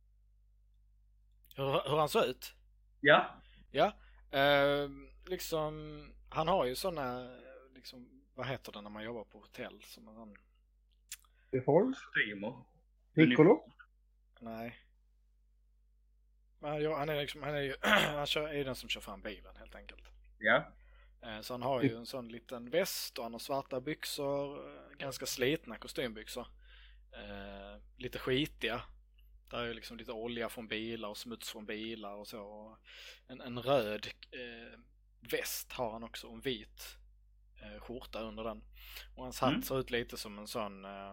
Hur, hur han såg ut? Ja, Ja, eh, liksom han har ju såna liksom, vad heter det när man jobbar på hotell som en sån... Reform? streamer. Piccolo? Nej. Men ja, han är liksom, han är ju han kör, är ju den som kör fram bilen helt enkelt. Ja. Eh, Så han har ju en sån liten väst och han har svarta byxor, eh, ganska slitna kostymbyxor. Eh, lite skitiga. Där är ju liksom lite olja från bilar och smuts från bilar och så. Och en, en röd eh, väst har han också, en vit eh, skjorta under den. Och hans hatt Mm. ser ut lite som en sån eh,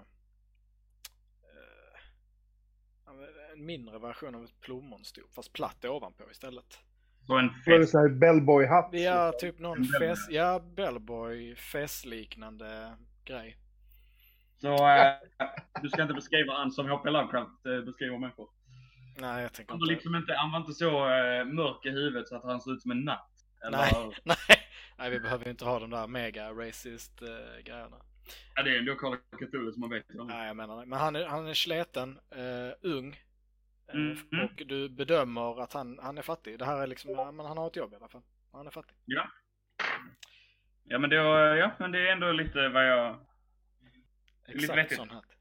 eh, en mindre version av ett plommonstop, fast platt ovanpå istället. Så en Var det fest. så här bellboy-hatt? Ja, typ någon En bellboy. fest, ja, bellboy, festliknande grej. Så eh, du ska inte beskriva han som H P Lovecraft eh, beskriver människor. Nej, jag tänker Han var inte. liksom inte, han var inte så eh, mörk i huvudet så att han såg ut som en natt. Eller, Nej, nej, nej, vi behöver ju inte ha de där mega racist uh, grejerna. Ja, det är ändå Call of Cthulhu som man vet. Nej, jag menar det. Men han är, han är sleten, uh, ung. eh, Mm, mm. Och du bedömer att han, han är fattig. Det här är liksom, ja, men han har ett jobb i alla fall. Han är fattig. Ja. Ja, men, det, var- ja, men det är ändå lite vad jag... Lite Exakt vettigt. sån hatt.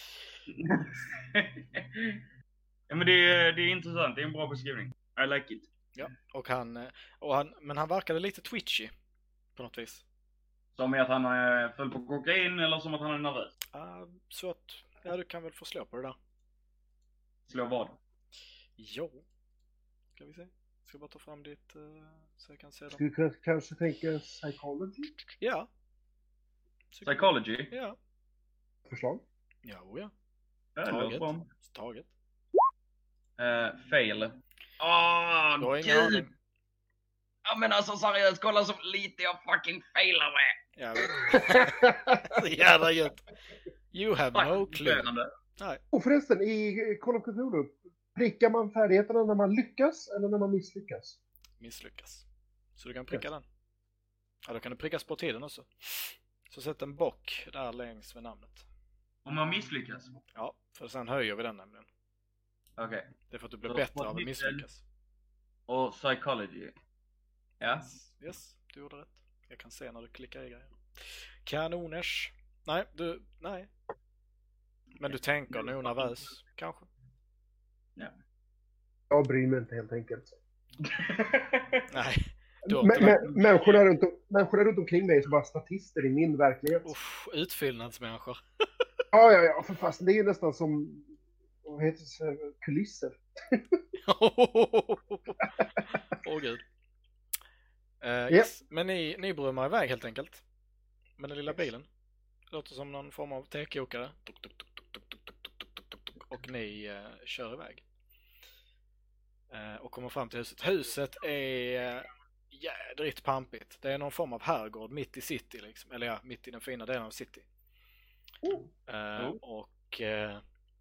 Ja, men det är, det är intressant. Det är en bra beskrivning. I like it. Ja, och han, eh, och han, men han verkade lite twitchy på något vis. Som är att han eh, föll på kokain eller som att han är nervös. Uh, så att, ja, du kan väl få slå på det där. Slå vad? Jo. Ska vi se. Ska bara ta fram ditt uh, så jag kan se dem. Skulle k- kanske tänka psychology? Ja. Psychology? Ja. Förslag? Jo, ja. Ja, det låter Taget. bra. Taget. Uh, fail. Åh, Du har ingen gud! aning. Ja, men alltså seriöst, kolla så lite jag fucking failar med. Jag vet. Så jävla gött. You have no Fuck, clue. störande. Nej. Och förresten, i Call of Cthulhu, prickar man färdigheterna när man lyckas eller när man misslyckas? Misslyckas. Så du kan pricka den. Ja, då kan du pricka på tiden också. Så sätt en bock där längs med namnet. Om man misslyckas? Ja, för sen höjer vi den nämligen. Okej. Det är för att du blir Så bättre på av att mitten- misslyckas. Och psychology? Ja. Yes, yes, du gjorde rätt. Jag kan se när du klickar i grejer. Kanoners. Nej, du, nej. Men du tänker nog nervös, kanske? Jag bryr mig inte helt enkelt. Nej, Du har Men, inte lagt... men, människorna, runt, om- människorna runt omkring mig är så bara statister i min verklighet. Uff, utfyllnadsmänniskor. Ja, ja, ja, för fast det är nästan som, vad heter det, kulisser. Åh oh, gud. Uh, Yep. yes. Men ni, ni brummar iväg helt enkelt. Med den lilla bilen. Det låter som någon form av tekokare. Tuk, tuk, tuk, tuk, tuk, tuk, tuk, tuk, tuk, tuk, tuk. Och ni uh, kör iväg. Uh, och kommer fram till huset. Huset är uh, jädrigt pampigt. Det är någon form av herrgård mitt i city liksom. Eller ja, mitt i den fina delen av city. Uh, Mm. Och uh,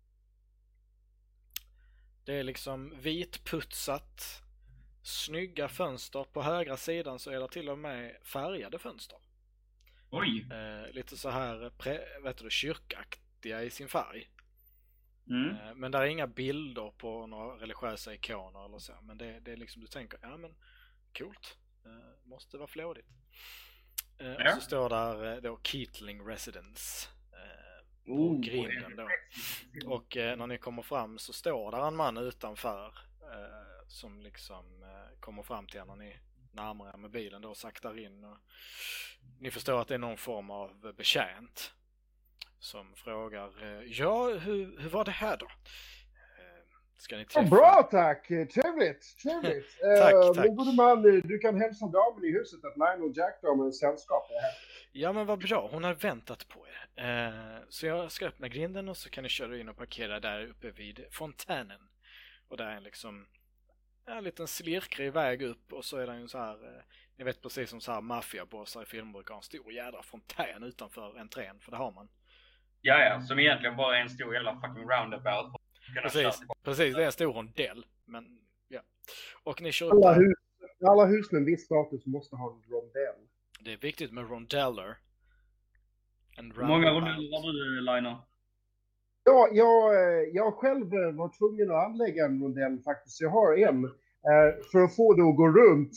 det är liksom vitputsat. Snygga fönster. På högra sidan så är det till och med färgade fönster. Oj. Eh, lite så här pre, vet du, kyrkaktiga i sin färg. Mm. Eh, men där är inga bilder på några religiösa ikoner eller så. Men det, det är liksom, du tänker, ja men coolt. Eh, måste vara flådigt. Eh, Ja. Och så står där eh, då Keatling Residence eh, på Oh, grinden då. Och eh, när ni kommer fram så står där en man utanför eh, som liksom eh, kommer fram till er när ni närmar er med bilen då och saktar in. Och ni förstår att det är någon form av betjänt som frågar eh, ja, hur, hur var det här då? Eh, ska ni Ja, träffa... bra tack! Trevligt! Trevligt! Tack, Eh, tack. Min gode man, du kan hälsa damen i huset att Lionel Jack damen sällskap är här. Ja men vad bra, hon har väntat på er. Eh, så jag ska öppna grinden och så kan ni köra in och parkera där uppe vid fontänen. Och där är en liksom en liten slirkrig väg upp och så är det en så här, eh, ni vet precis som så här maffiabossar i filmer brukar ha en stor jädra fontän utanför entrén, för det har man. Ja, ja, som egentligen bara är en stor jävla fucking roundabout. Precis, precis, det är en stor rondell. Men ja. Och ni kör upp Alla där. hus, alla hus med en viss status måste ha en rondell. Det är viktigt med rondeller. En Hur många roundabout. rondeller har du, Liner? Ja, jag, eh, jag själv eh, var tvungen att anlägga en rondell faktiskt. Jag har en. eh, För att få det att gå runt.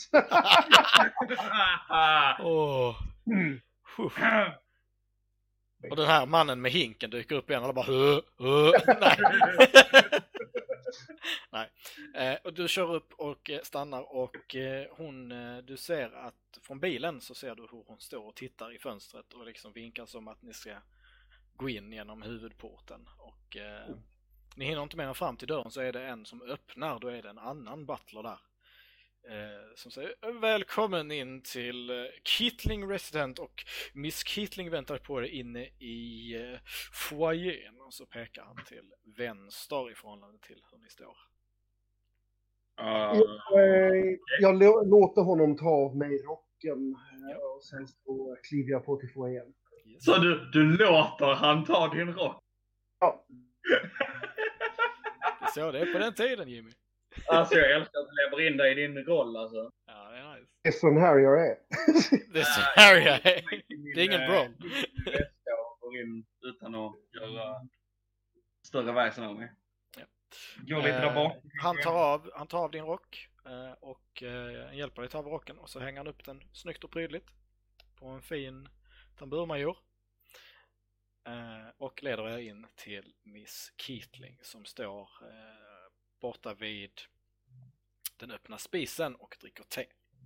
Åh. Uff. Och den här mannen med hinken dyker upp igen och bara hö, hö. Nej. Nej. Eh, och du kör upp och eh, stannar och eh, hon, eh, du ser att från bilen så ser du hur hon står och tittar i fönstret och liksom vinkar som att ni ska gå in genom huvudporten. Och eh, ni hinner inte mer än fram till dörren så är det en som öppnar, då är det en annan butler där. Eh, som säger välkommen in till eh, Keatling Resident och Miss Keatling väntar på dig inne i eh, foajén, och så pekar han till vänster i förhållande till hur ni står. Uh, Jag, eh, jag lå- låter honom ta av mig rocken eh, och sen så kliver jag på till foajén. Yes. så du, du låter han ta din rock? Ja. Så det är på den tiden, Jimmy. Alltså jag älskar att du lever in dig i din roll alltså. Ja, det är nice. Det är sån här jag är. Det är så här jag är. Det är ingen bra. Väska och går in utan att göra större väsen av mig. Ja. Går lite där bak. Eh, han, tar av, han tar av din rock eh, och eh, hjälper dig ta av rocken och så hänger han upp den snyggt och prydligt på en fin tamburmajor. Eh, och leder er in till Miss Keatling som står eh, borta vid den öppna spisen och dricker te.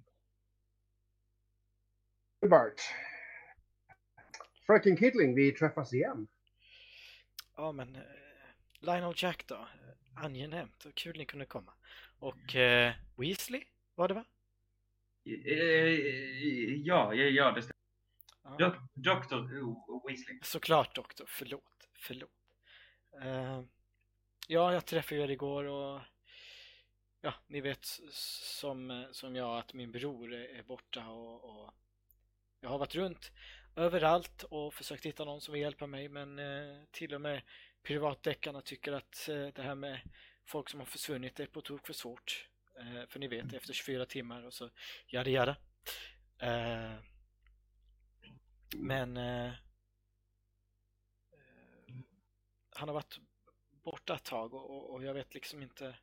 Bart. Fröken Keatling, vi träffas igen. Ja men eh, Lionel Jack då, eh, angenämt och kul ni kunde komma. Och eh, Weasley, var det va? Ja, ja, ja det stämmer. Ja. Dok- doktor Weasley. Såklart doktor, förlåt, förlåt. Uh, ja, jag träffade er igår och ja, ni vet som, som jag att min bror är borta och, och jag har varit runt överallt och försökt hitta någon som vill hjälpa mig, men uh, till och med privatdeckarna tycker att uh, det här med folk som har försvunnit är på tok för svårt. Uh, för ni vet, efter tjugofyra timmar och så jada jada. Uh, men uh, han har varit borta ett tag och, och jag vet liksom inte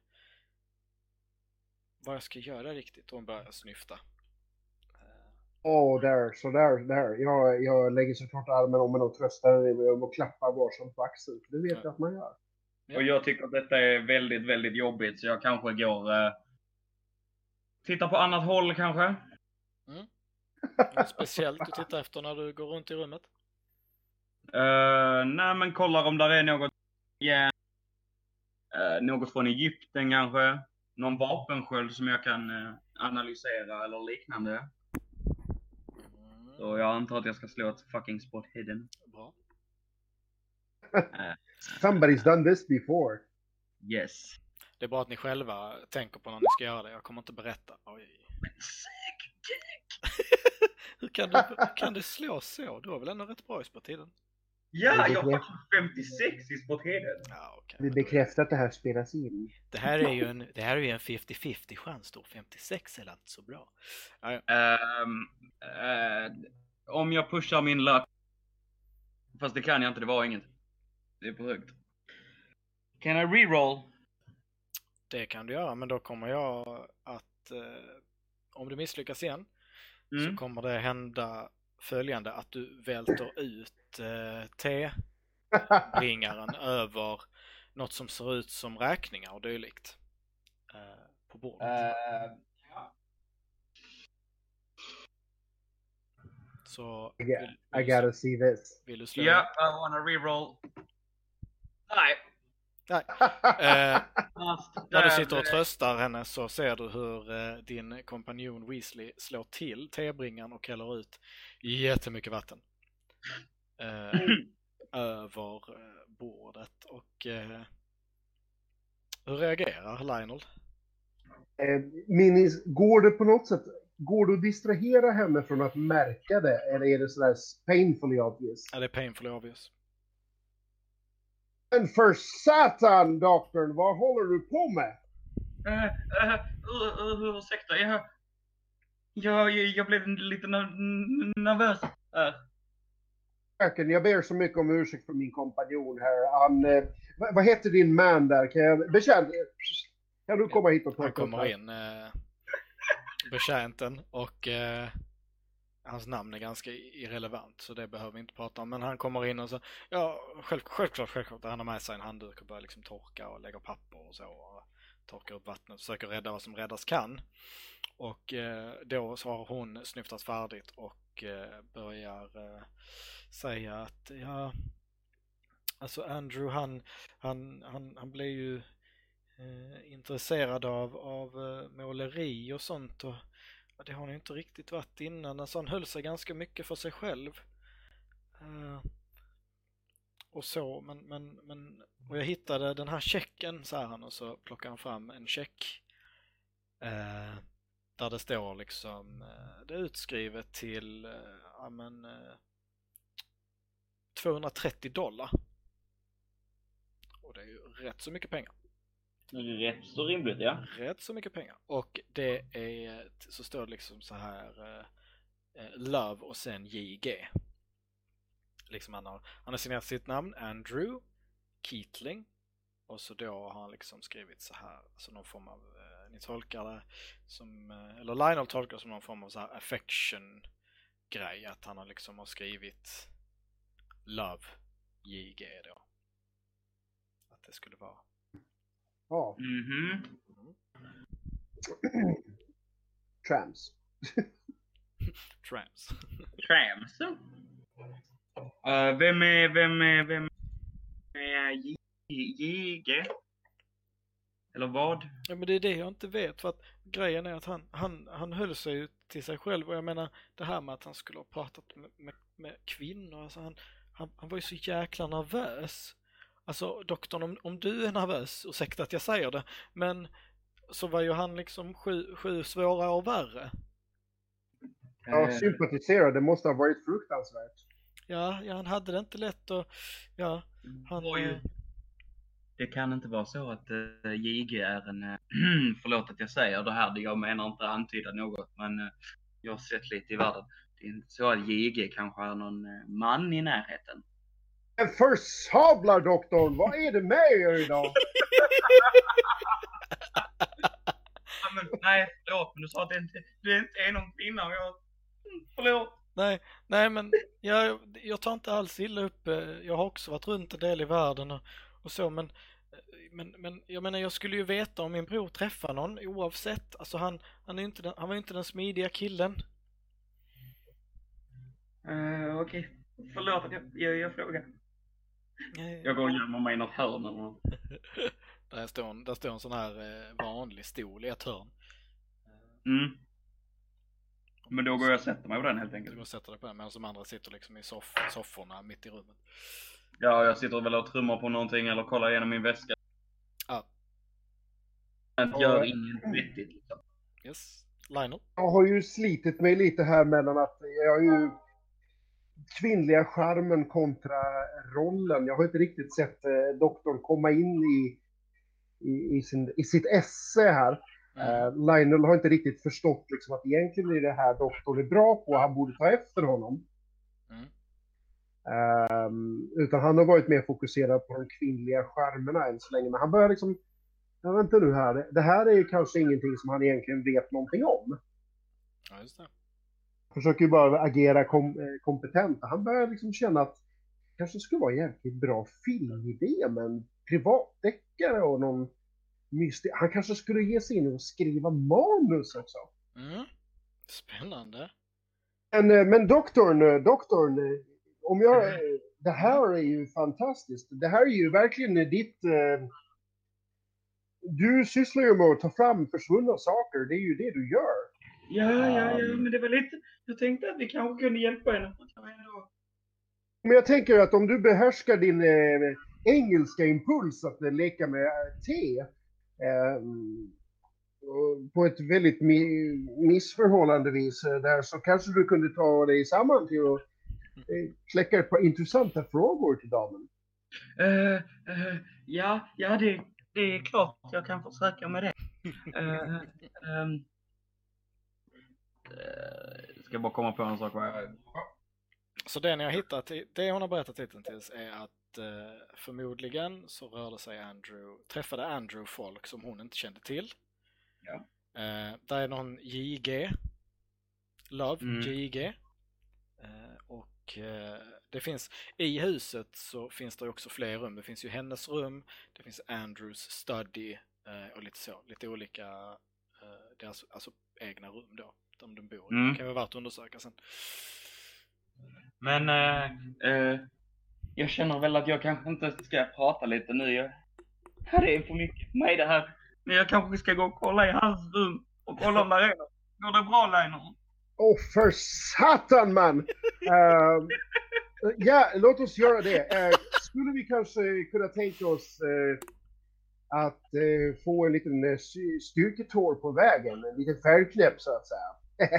vad jag ska göra riktigt. Och hon börjar snyfta. Åh, oh, där, så där, där. Jag, jag lägger såklart armen om en och tröstar och klappar varsamt på axeln. Det vet Ja. jag att man gör. Ja. Och jag tycker att detta är väldigt, väldigt jobbigt så jag kanske går... Eh, tittar på annat håll kanske. Mm. Något speciellt du tittar efter när du går runt i rummet? Uh, nej, men kollar om där är något, yeah, uh, något från Egypten kanske. Någon vapensköld som jag kan uh, analysera eller liknande. Mm. Så jag antar att jag ska slå ett fucking spot hidden. Bra. Uh, Somebody's done this before. yes. Det är bra att ni själva tänker på när ni ska göra det. Jag kommer inte berätta. Oj. hur, kan du, hur kan du slå så? Du har väl ändå rätt bra i sporttiden? Ja, jag har femtiosex i spot hidden. Ja, okay. Vi bekräftar att det här spelas in. Det här är ju en, det här är ju en femtio femtio chans då. femtiosex är inte så bra. Ja, ja. Um, uh, om jag pushar min luck. Fast det kan jag inte, det var inget. Det är på högt. Can I reroll? Det kan du göra, men då kommer jag att eh, om du misslyckas igen mm. så kommer det hända följande, att du välter ut eh, T-bringaren över något som ser ut som räkningar och dylikt eh, på bordet. Uh, ja. Så I, get, vill, I gotta see this. Vill du slå? Yeah, I wanna reroll. Nej. Nej. Eh, när du sitter och tröstar henne så ser du hur eh, din kompanjon Weasley slår till tebringan och häller ut jättemycket vatten eh, över eh, bordet. Och eh, hur reagerar Lionel? Eh, Minis, går det på något sätt, går det att distrahera henne från att märka det? Eller är det sådär painfully obvious? Ja, det är painfully obvious. Men för satan, doktorn, vad håller du på med? Uh, uh, uh, ursäkta, jag, jag, jag blev lite nervös. Uh. Öken, jag ber så mycket om ursäkt för min kompanjon här. Han, eh, vad, vad heter din man där? Kan jag, betjänt, kan du komma hit och ta Han kommer in, eh, betjänten, och eh, hans namn är ganska irrelevant så det behöver vi inte prata om, men han kommer in och så, ja, själv, självklart, självklart, han har med sig en handduk och börjar liksom torka och lägga papper och så och torkar upp vattnet och försöker rädda vad som räddas kan. Och eh, då så har hon snyftat färdigt och eh, börjar eh, säga att ja, alltså Andrew han, han, han, han blev ju eh, intresserad av, av eh, måleri och sånt, och det har han ju inte riktigt varit innan. Alltså han höll sig ganska mycket för sig själv. Uh, och så, men, men, men och jag hittade den här checken, så här, och så plockar han fram en check uh, där det står liksom uh, det är utskrivet till uh, ja, men, uh, tvåhundratrettio dollar. Och det är ju rätt så mycket pengar. Rätt så rimligt, ja. Rätt så mycket pengar. Och det är, så står det liksom så här uh, Love och sen J G. Liksom han har, han har signerat sitt namn, Andrew Keatling. Och så då har han liksom skrivit så här, alltså någon form av, uh, ni tolkar det som, uh, eller Lionel tolkar som någon form av så här affection grej. Att han har liksom har skrivit Love J G då. Att det skulle vara. Ja. Mhm. Trams. Trams. Trams. Uh, vem är, vem är, vem är J G? Eller vad? Ja, men det är det jag inte vet, för att grejen är att han, han, han höll sig ju till sig själv, och jag menar det här med att han skulle ha pratat med, med, med kvinnor, alltså han, han, han var ju så jäkla nervös. Alltså doktorn, om, om du är nervös, ursäkta att jag säger det, men så var ju han liksom sju, sju svåra och värre. Ja, sympatisera, det måste ha varit fruktansvärt. Ja, ja, han hade det inte lätt, och ja, han... Oj. Det kan inte vara så att uh, J G är en, uh, förlåt att jag säger det här, jag menar inte antyda något, men uh, jag har sett lite i världen. Det är inte så att J G kanske är någon uh, man i närheten. En försablar, doktorn, vad är det med er idag? Ja, men, nej, förlåt, men du sa att det inte, det inte är någon kvinna, och jag, förlåt. Nej, nej men jag, jag tar inte alls illa upp. Jag har också varit runt en del i världen och, och så, men, men, men jag menar, jag skulle ju veta om min bror träffar någon oavsett. Alltså han, han, är inte den, han var ju inte den smidiga killen. Uh, Okej, okay. Förlåt att jag, jag, jag frågar. Jag går och gömmer mig i något hörn eller något. Där står en, där står en sån här eh, vanlig stol i ett hörn. Mm. Men då går jag och sätter mig på den helt enkelt. Du går och sätter dig på den medan de andra sitter liksom i soff sofforna mitt i rummet. Ja, jag sitter väl och trummar på någonting eller kollar igenom min väska. Ja. Jag gör inget vettigt liksom. Yes. Lionel? Jag har ju slitit mig lite här mellan att jag har ju kvinnliga charmen kontra rollen. Jag har inte riktigt sett eh, doktorn komma in i, i, i, sin, i sitt esse här. Mm. Uh, Lionel har inte riktigt förstått liksom, att egentligen är det här doktorn är bra på. Han borde ta efter honom. Mm. Um, utan han har varit mer fokuserad på de kvinnliga charmerna än så länge. Men han börjar liksom, jag vet inte nu här. Det här är ju kanske ingenting som han egentligen vet någonting om. Ja, just det. Försöker ju bara agera kom, kompetent. Han börjar liksom känna att det kanske skulle vara en jävligt bra filmidé med en privatdeckare och någon mystik. Han kanske skulle ge sig in och skriva manus också. Mm. Spännande. Men, men doktorn, doktorn, om jag, det här är ju fantastiskt. Det här är ju verkligen ditt... Eh, du sysslar ju med att ta fram försvunna saker. Det är ju det du gör. Ja, ja, ja, men det var lite... Jag tänkte att vi kanske kunde hjälpa henne. Men jag tänker att om du behärskar din eh, engelska impuls att eh, leka med te eh, på ett väldigt mi- missförhållande vis eh, där, så kanske du kunde ta dig samman till att eh, kläcka ett par intressanta frågor till damen. Uh, uh, ja, ja det, det är klart jag kan försöka med det. Uh, um, uh, ska jag bara komma på en sak. Så det ni har hittat, det hon har berättat hittills är att eh, förmodligen så rörde sig Andrew, träffade Andrew folk som hon inte kände till. Ja. Eh, där är någon J G, Love, mm. J G. Eh, och eh, det finns, i huset så finns det också fler rum. Det finns ju hennes rum, det finns Andrews study eh, och lite så, lite olika eh, deras alltså, egna rum då, där de bor. Mm. Det kan vara värt att undersöka sen. Men äh, äh, jag känner väl att jag kanske inte ska prata lite nu. Jag, det är för mycket för mig det här. Men jag kanske ska gå och kolla i hans rum och kolla om det är. Går det bra, Liner? Åh, oh, för satan, man! uh, ja, låt oss göra det. Uh, skulle vi kanske kunna tänka oss uh, att uh, få en liten uh, styrketår på vägen? En liten färgknäpp, så att säga.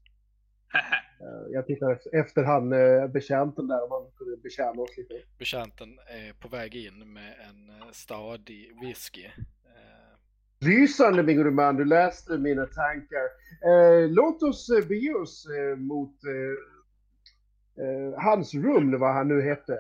Jag tittar efter han betjänten där, om man kunde betjäna oss lite. Betjänten är på väg in med en stadig whisky. Lysande, min gode man, du läste mina tankar. Eh, låt oss bege oss eh, mot eh, eh, hans rum, vad han nu hette.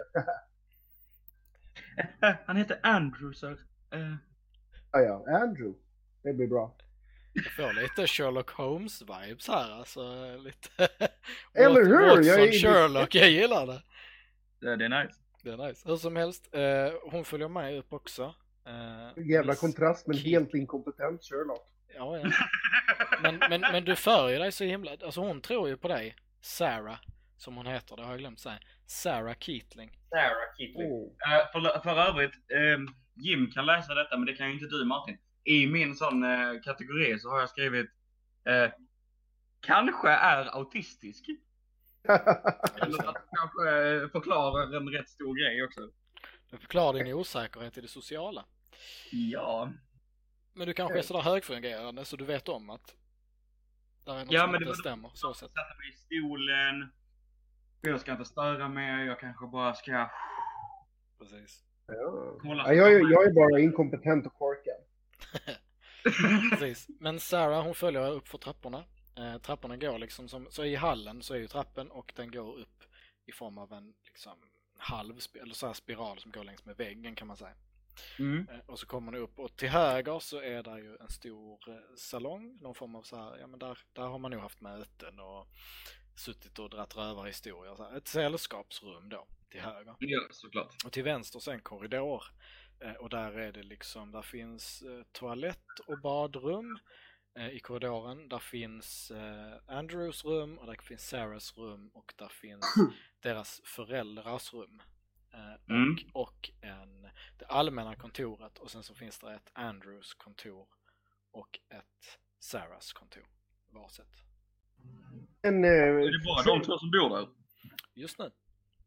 Han heter Andrew, så... Uh... Ja, ja, Andrew. Det blir bra. Jag får lite Sherlock Holmes-vibes här, alltså lite... Eller hur? Watson, jag är... Sherlock, jag gillar det. Ja, det är nice. Det är nice. Hur som helst, eh, hon följer med upp också. Eh, Jävla Miss kontrast, men Keith. Helt inkompetent Sherlock. Ja, ja. Men, men, men du för ju dig så himla... Alltså hon tror ju på dig, Sarah, som hon heter, det har jag glömt säga. Sarah Keatling. Sarah Keatling. Oh. Uh, för, för övrigt, um, Jim kan läsa detta, men det kan ju inte du, Martin. I min sån uh, kategori så har jag skrivit uh, kanske är autistisk. Eller att kanske uh, förklarar en rätt stor grej också. Du förklarar din osäkerhet i det sociala. Ja. Men du kanske är sådär högfungerande så du vet om att där är något ja, som men inte det stämmer. Så jag sätter mig i stolen. Jag ska inte störa mer. Jag kanske bara ska... Precis. Ja. Ja, jag, är, jag är bara inkompetent och korkad. Precis. Men Sarah, hon följer upp för trapporna. Eh, trapporna går liksom som... Så i hallen så är ju trappen och den går upp i form av en liksom halv... Eller så här spiral som går längs med väggen kan man säga. Mm. Och så kommer man upp och till höger så är det ju en stor salong, någon form av så här, ja men där, där har man nog haft möten och suttit och dratt rövarhistorier, så här, ett sällskapsrum då till höger. Ja, såklart. Och till vänster så en korridor och där är det liksom, där finns toalett och badrum, eh, i korridoren. Där finns eh, Andrews rum och där finns Sarahs rum och där finns deras föräldrars rum. Eh, Mm. och, och en, det allmänna kontoret och sen så finns det ett Andrews kontor och ett Sarahs kontor varsitt. En, eh, Är det bara de två som bor där? Just nu.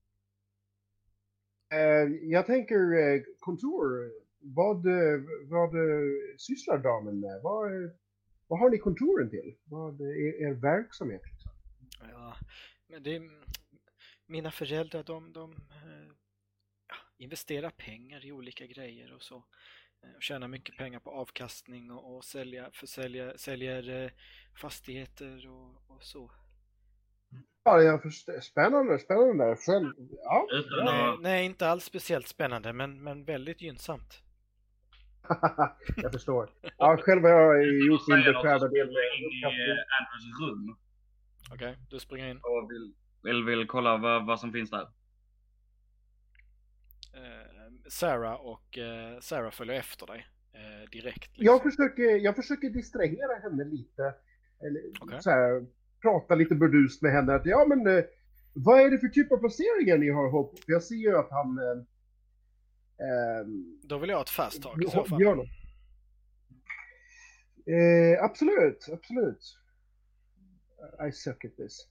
eh, jag tänker eh, kontor. Vad, eh, vad eh, sysslar damen med? Vad, eh, vad har ni kontoren till? Vad är er verksamhet? Liksom? Ja, men det är, mina föräldrar de, de eh, ja, investerar pengar i olika grejer och så. Eh, och tjänar mycket pengar på avkastning och, och sälja, försälja, säljer eh, fastigheter och, och så. Ja, jag förstår. Spännande, spännande. Själv, ja. Utan Nej, att... nej, inte alls speciellt spännande men, men väldigt gynnsamt. Jag förstår. Ja, själv har jag gjort min Säger något beskärda så del springer jag in i med eh, Andrews rum Okej, okay, du springer in. och vill, vill, vill kolla vad, vad som finns där. Eh, Sarah och eh, Sarah följer efter dig eh, direkt. Liksom. Jag försöker, jag försöker distrahera henne lite. Eller, Okay. så här, prata lite burdust med henne. Att, ja, men eh, vad är det för typ av placeringar ni har hållit på? För jag ser ju att han... Eh, ehm, Då vill jag ha ett fast tag i så gör fall. något. Eh, absolut, absolut. I suck at this.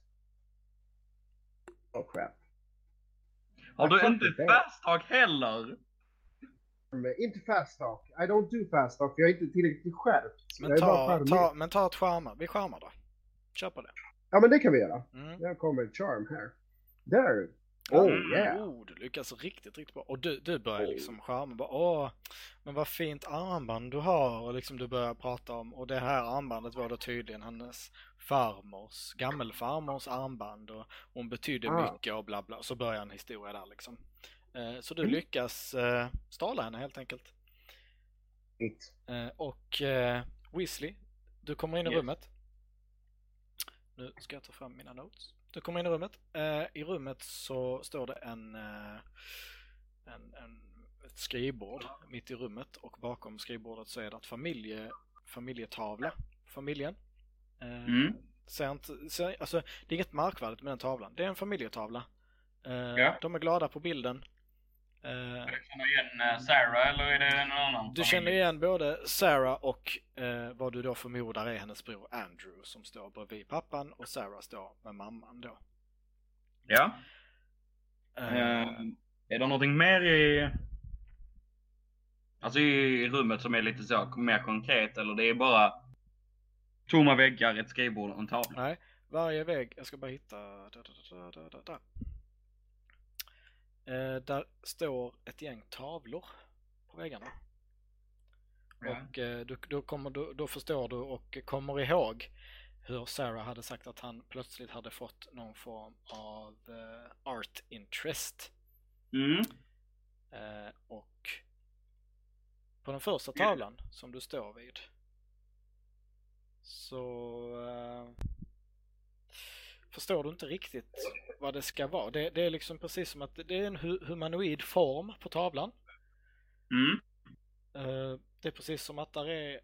Oh crap. Har I du fuck inte it, fast talk heller? Inte fast talk. I don't do fast talk. Jag är inte tillräckligt skärpt. Men Jag är bara ta, charmig. ta, men ta ett skärmar. Vi skärmar då. Kör på det. Ja, men det kan vi göra. Mm. Jag kommer ett charm här. Där. Oh Mm. yeah. Oh, du lyckas riktigt, riktigt bra. Och du, du börjar liksom skärma. Bara, åh, men vad fint armband du har. Och liksom du börjar prata om. Och det här armbandet var då tydligen hennes farmors, gammelfarmors armband. Och hon betydde Ah. mycket och bla bla. Så börjar en historia där liksom. Eh, så du Mm. lyckas eh, stala henne helt enkelt. It. Eh, och eh, Weasley, du kommer in i Yes. rummet. Nu ska jag ta fram mina notes. Du kommer in i rummet. Eh, I rummet så står det en, eh, en, en ett skrivbord mitt i rummet och bakom skrivbordet så är det ett familje, familjetavla. Familjen. Eh, Mm. ser inte, ser, alltså, det är inget märkvärdigt med den tavlan. Det är en familjetavla. Eh, Ja. De är glada på bilden. Eh, Jag känner igen eh, Sarah eller är det någon annan? Du känner igen både Sarah och eh, vad du då förmodar är hennes bror Andrew som står bredvid pappan och Sarah står med mamman då. Ja. Eh, Eh, är det någonting mer i... Alltså i rummet som är lite så mer konkret eller det är bara tomma väggar, ett skrivbord och en tavla? Nej, varje vägg, jag ska bara hitta... Da, da, da, da, da, da. Eh, där står ett gäng tavlor på väggarna. Ja. Och eh, du, då, kommer, du, då förstår du och kommer ihåg hur Sarah hade sagt att han plötsligt hade fått någon form av eh, art interest. Mm. Eh, och på den första tavlan som du står vid så eh, förstår du inte riktigt vad det ska vara. Det, det är liksom precis som att det är en hu- humanoid form på tavlan. Mm. Eh, det är precis som att där är,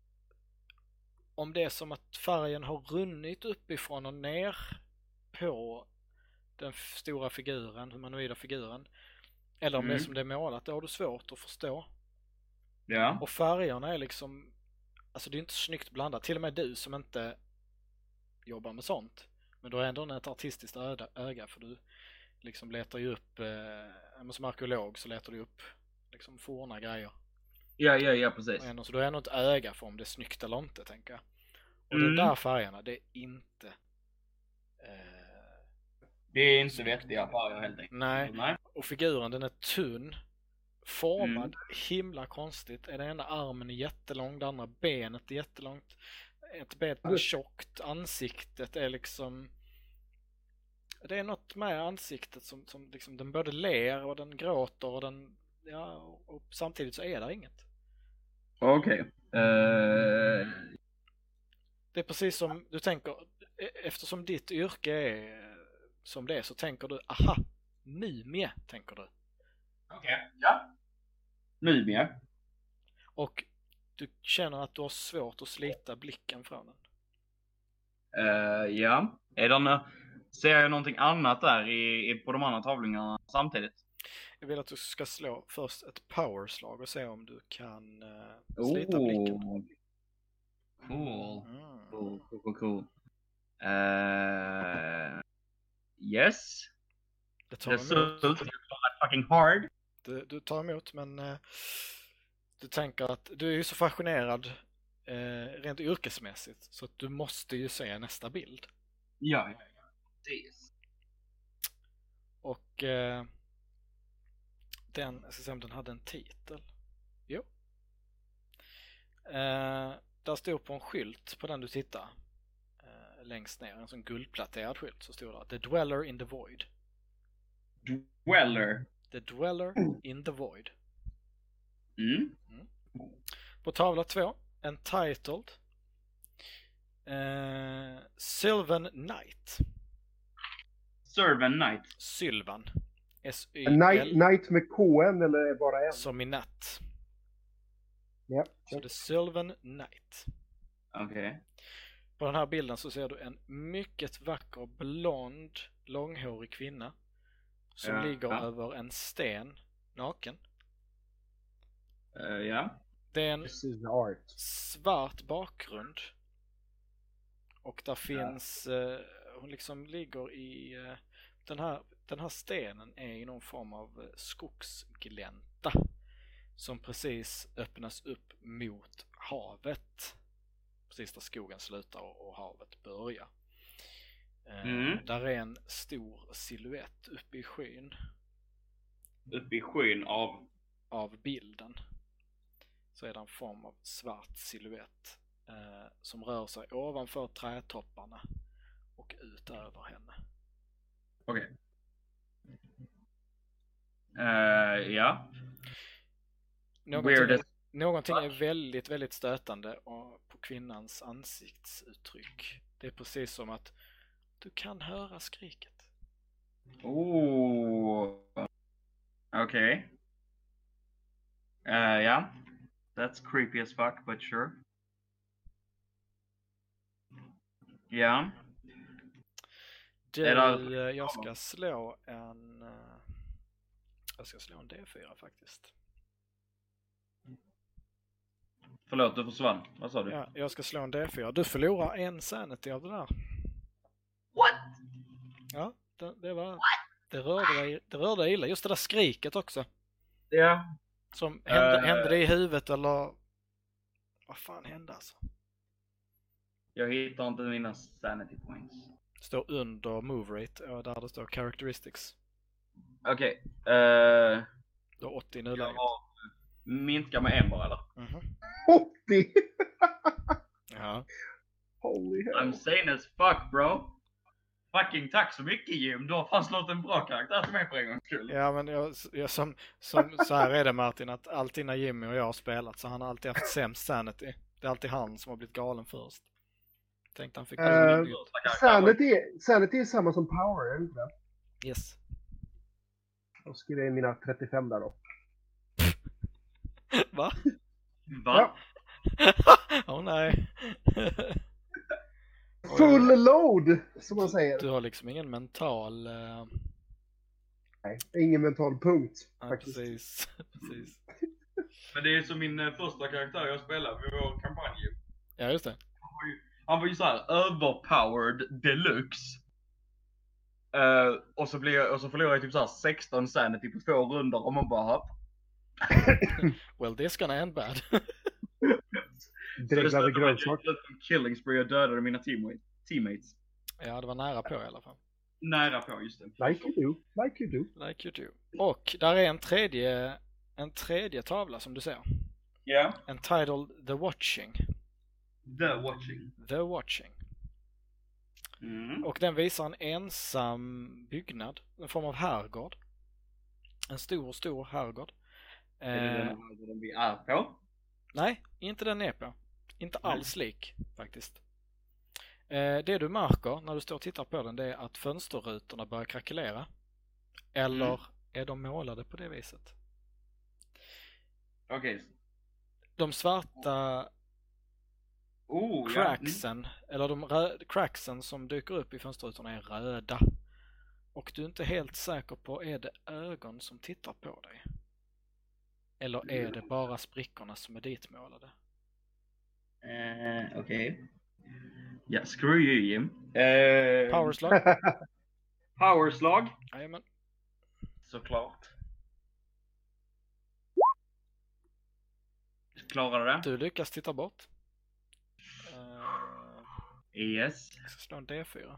om det är som att färgen har runnit uppifrån och ner på den f- stora figuren, humanoida figuren. Eller om Mm. det är som det är målat, det har du svårt att förstå. Ja. Och färgerna är liksom, alltså det är inte snyggt blandat. Till och med du som inte jobbar med sånt. Men du har ändå ett artistiskt öga, öga för du liksom letar ju upp, eh, som arkeolog så letar du upp liksom forna grejer. Ja, ja, ja, precis. Och ändå, så du har ändå ett öga för om det är snyggt eller inte, tänker jag. Och Mm. de där färgerna, det är inte... Eh, Det är inte vettiga färger helt enkelt. nej, Nej. och figuren den är tunn. Formad, Mm. himla konstigt. Den ena armen är jättelång, det andra benet är jättelångt. Ett ben är tjockt, ansiktet är liksom... Det är något med ansiktet som, som liksom, den både ler och den gråter och den... Ja, och, och samtidigt så är det inget. Okej. Eh, Det är precis som du tänker, eftersom ditt yrke är som det är så tänker du, aha, mumie, tänker du. Okej, ja. Mumie. Och du känner att du har svårt att slita blicken från den. Uh, ja. Är den, ser jag någonting annat där i, i, på de andra tavlingarna samtidigt? Jag vill att du ska slå först ett powerslag och se om du kan uh, slita oh. blicken. Cool. Mm. Cool, cool, cool, cool. Uh, yes. Det tar emot. Fucking hard. Du, du tar emot, men uh, du tänker att du är ju så fascinerad uh, rent yrkesmässigt så att du måste ju se nästa bild. Ja, ja, ja. Yes. Och uh, den, jag ska se om den hade en titel. Jo. Uh, där stod på en skylt på den du tittar uh, längst ner, en sån guldpläterad skylt, så stod det The Dweller in the Void. Dweller? The Dweller in the Void. Mm. Mm. På tavla två, entitled uh, Sylvan Knight. Sylvan Knight. Sylvan. S Y L. Night, night med K N eller bara en? Som i natt. Ja. Så det är Sylvan Knight. Okej. Okay. På den här bilden så ser du en mycket vacker blond långhårig kvinna som ja, ligger ja. över en sten naken. Uh, ja. Det är en svart bakgrund. Och där finns ja. uh, hon liksom ligger i uh, den här den här stenen är i någon form av uh, skogsglänta som precis öppnas upp mot havet. Precis där skogen slutar och havet börjar. Mm. Där är en stor silhuett uppe i skyn. Uppe i skyn av? Av bilden. Så är det en form av svart silhuett eh, som rör sig ovanför trädtopparna och ut över henne. Okej. Okay. Uh, ja. Någonting, någonting är väldigt, väldigt stötande på kvinnans ansiktsuttryck. Det är precis som att du kan höra skriket. Oh. Okej. Okay. Uh, yeah. That's creepy as fuck, but sure. Ja. Du, Eller... jag ska slå en... Jag ska slå en D fyra faktiskt. Förlåt, du försvann. Vad sa du? Ja, jag ska slå en D fyra. Du förlorar en sanity av det där. What? Ja, det, det var... Det rörde, dig, det rörde dig illa. Just det där skriket också. Ja. Som hände, uh... hände det i huvudet eller... Vad fan hände alltså? Jag hittar inte mina sanity points. Står under move rate och där det står characteristics. Okej. Okay. Uh... Du har åttio i nuläget. Minska med en bara eller? Mm-hmm. åttio? Ja. Holy hell. I'm sane as fuck bro. Fucking tack så mycket Jim. Du har fan slått en bra karaktär till mig för en gångs skull. Ja men jag, jag som, som så här är det Martin, att alltid när Jimmy och jag har spelat så han har alltid haft sämst sanity. Det är alltid han som har blivit galen först. Tänkte han fick uh, sanity, sanity är samma som power, är det inte det? Yes. Då skriver jag in mina trettiofem där då. Va? Va? Åh oh, nej. Full load, som man säger. Du har liksom ingen mental... Uh... Nej, ingen mental punkt. Ja, faktiskt. Precis, precis. Men det är som min uh, första karaktär jag spelade vid vår kampanj. Ja, just det. Han var ju, han var ju så här överpowered deluxe. Uh, och, så blir jag, och så förlorar jag typ så här sexton sanity på två runder och man bara... Well, this gonna end bad. Dreglade grönsak. Killing spree och dödade mina teammates. Ja, det var nära på i alla fall. Nära på, just det. Like you do, like you do. Like you do. Och där är en tredje, en tredje tavla som du ser. Ja. Yeah. Entitled The Watching. The Watching. The Watching. Mm. Och den visar en ensam byggnad, en form av herrgård. En stor, stor herrgård. Är det den herrgården vi är på? Nej, inte den är på. Inte alls lik, faktiskt. Eh, det du märker när du står och tittar på den, det är att fönsterrutorna börjar krackelera. Eller mm. är de målade på det viset? Okej. Okay. De svarta Oh, ja. cracksen, eller de rö- cracksen som dyker upp i fönsterrutorna är röda. Och du är inte helt säker på, är det ögon som tittar på dig? Eller är det bara sprickorna som är ditmålade? Eh, Okej. Ja, screw you Jim. Eh, Powerslag? Powerslag. Jajamän. Såklart. Klarar du det? Du lyckas titta bort. Uh, Yes. jag ska slå en D fyra.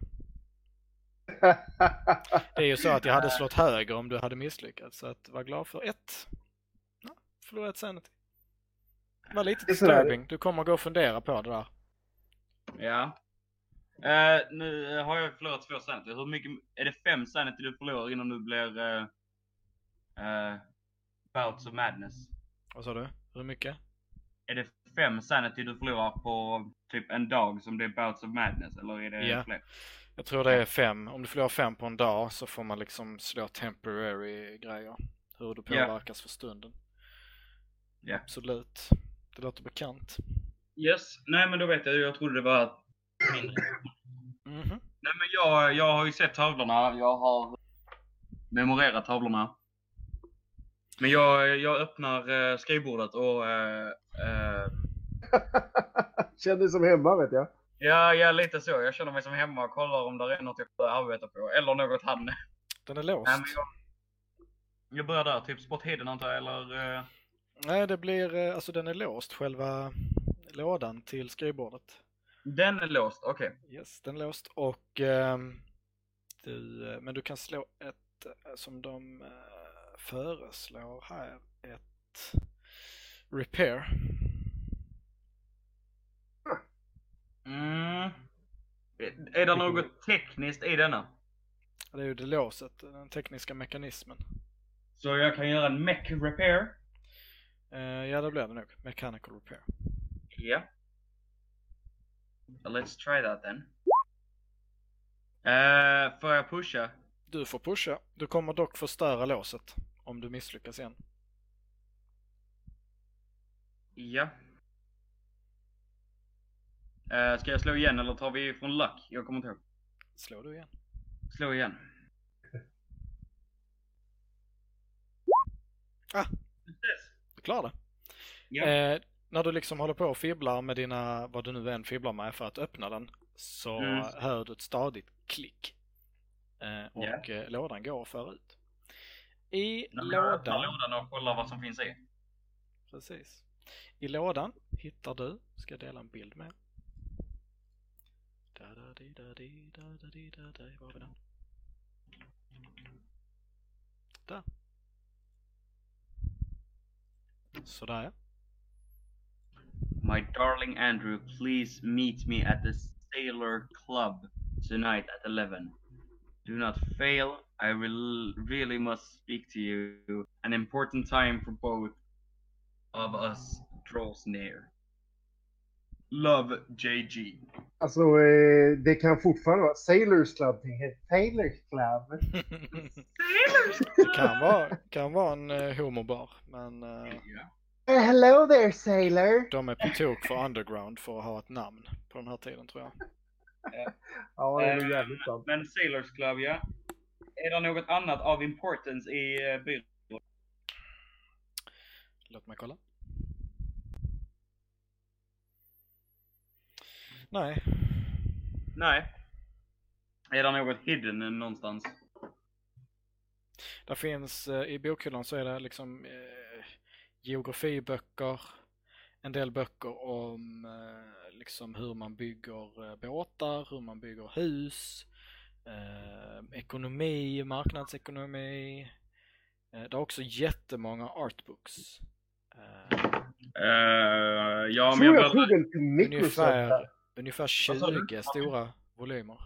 Det är ju så att jag hade slått högre om du hade misslyckats. Så att var glad för ett. Ja, förlora ett sanity. Det var lite disturbing. Du kommer gå och fundera på det där. Ja. Eh, nu har jag förlorat två sanity. Hur mycket, är det fem sanity du förlorar innan du blir uh, uh, Bouts of Madness? Vad sa du? Hur mycket? Är det fem sanity du förlorar på typ en dag som det är Bouts of Madness? Eller är det Ja. fler? Jag tror det är fem. Om du förlorar fem på en dag så får man liksom slå temporary grejer. Hur du påverkas för stunden. Ja. Absolut. Det låter bekant. Yes. Nej men då vet jag. Jag trodde det var mindre. Mhm. Nej men jag, jag har ju sett tavlorna. Jag har memorerat tavlorna. Men jag, jag öppnar uh, skrivbordet och uh, uh, Känner dig som hemma, vet jag. ja, ja, lite så. Jag känner mig som hemma och kollar om det är något jag får arbeta på. Eller något han. Den är låst. Nej, men jag, jag börjar där. Typ spot hidden antar jag. Eller... Uh... Nej, det blir, eh, alltså den är låst, själva lådan till skrivbordet. Den är låst, okej. Okay. Yes, den är låst. Och ehm, du, eh, men du kan slå ett, eh, som de eh, föreslår här, ett repair. Mm. Är det något tekniskt i denna? Det är ju det låset, den tekniska mekanismen. Så jag kan göra en mech repair? Eh, ja, det blir det nog. Mechanical repair. Ja. Let's try that then. Uh, får jag pusha? Du får pusha. Du kommer dock förstöra låset om du misslyckas igen. Ja. Uh, ska jag slå igen eller tar vi från luck? Jag kommer inte ihåg. Slår du igen. Slå igen. Ah, du klarar det. Ja. Eh, när du liksom håller på och fibblar med dina, vad du nu än fibblar med för att öppna den, så Mm. hör du ett stadigt klick. Eh, och Ja. eh, lådan går förut. I När jag öppnar lådan, lådan och kollar vad som finns i. precis. I lådan hittar du, ska jag dela en bild med. Da, da, di, da, di, da, da, di, da, da. Var har vi den? Där. Sådär ja. My darling Andrew, please meet me at the Sailor Club tonight at eleven. Do not fail. I will really must speak to you. An important time for both of us draws near. Love, J G. Alltså, eh, det kan fortfarande vara Sailors Club. Det heter Sailors Club. Det kan vara, kan vara en uh, homobar, men uh, Ja. Uh, hello there, Sailor. de är på tok för underground för att ha ett namn på den här tiden, tror jag. Ja, det är Eh, jävligt sant. Men Sailors Club, ja. Är det något annat av importance i uh, byrån? Låt mig kolla. Nej. Nej. Är det något hidden någonstans? Där finns, uh, i bokhyllan så är det liksom uh, geografiböcker, en del böcker om uh, liksom hur man bygger uh, båtar, hur man bygger hus, uh, ekonomi, marknadsekonomi. Uh, det är också jättemånga artbooks. Uh, Uh, ja, men Tror jag jag börjar... tog en till Microsoft där. ungefär, ungefär Vad sa du? tjugo stora volymer.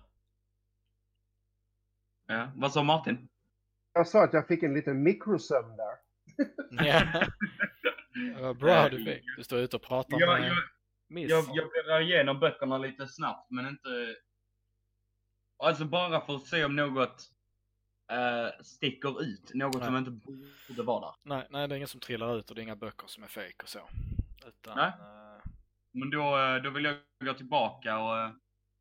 Ja, vad sa Martin? Jag sa att jag fick en liten mikrosömn där. Ja. Vad bra du fick. Du står ute och pratar Jag, med jag, Miss. jag, jag bläddrar igenom böckerna lite snabbt, men inte... Alltså bara för att se om något uh, sticker ut. Något Nej. som inte borde vara där. Nej, nej, det är ingen som trillar ut och det är inga böcker som är fake och så. Utan, Nej. Uh... Men då, då vill jag gå tillbaka och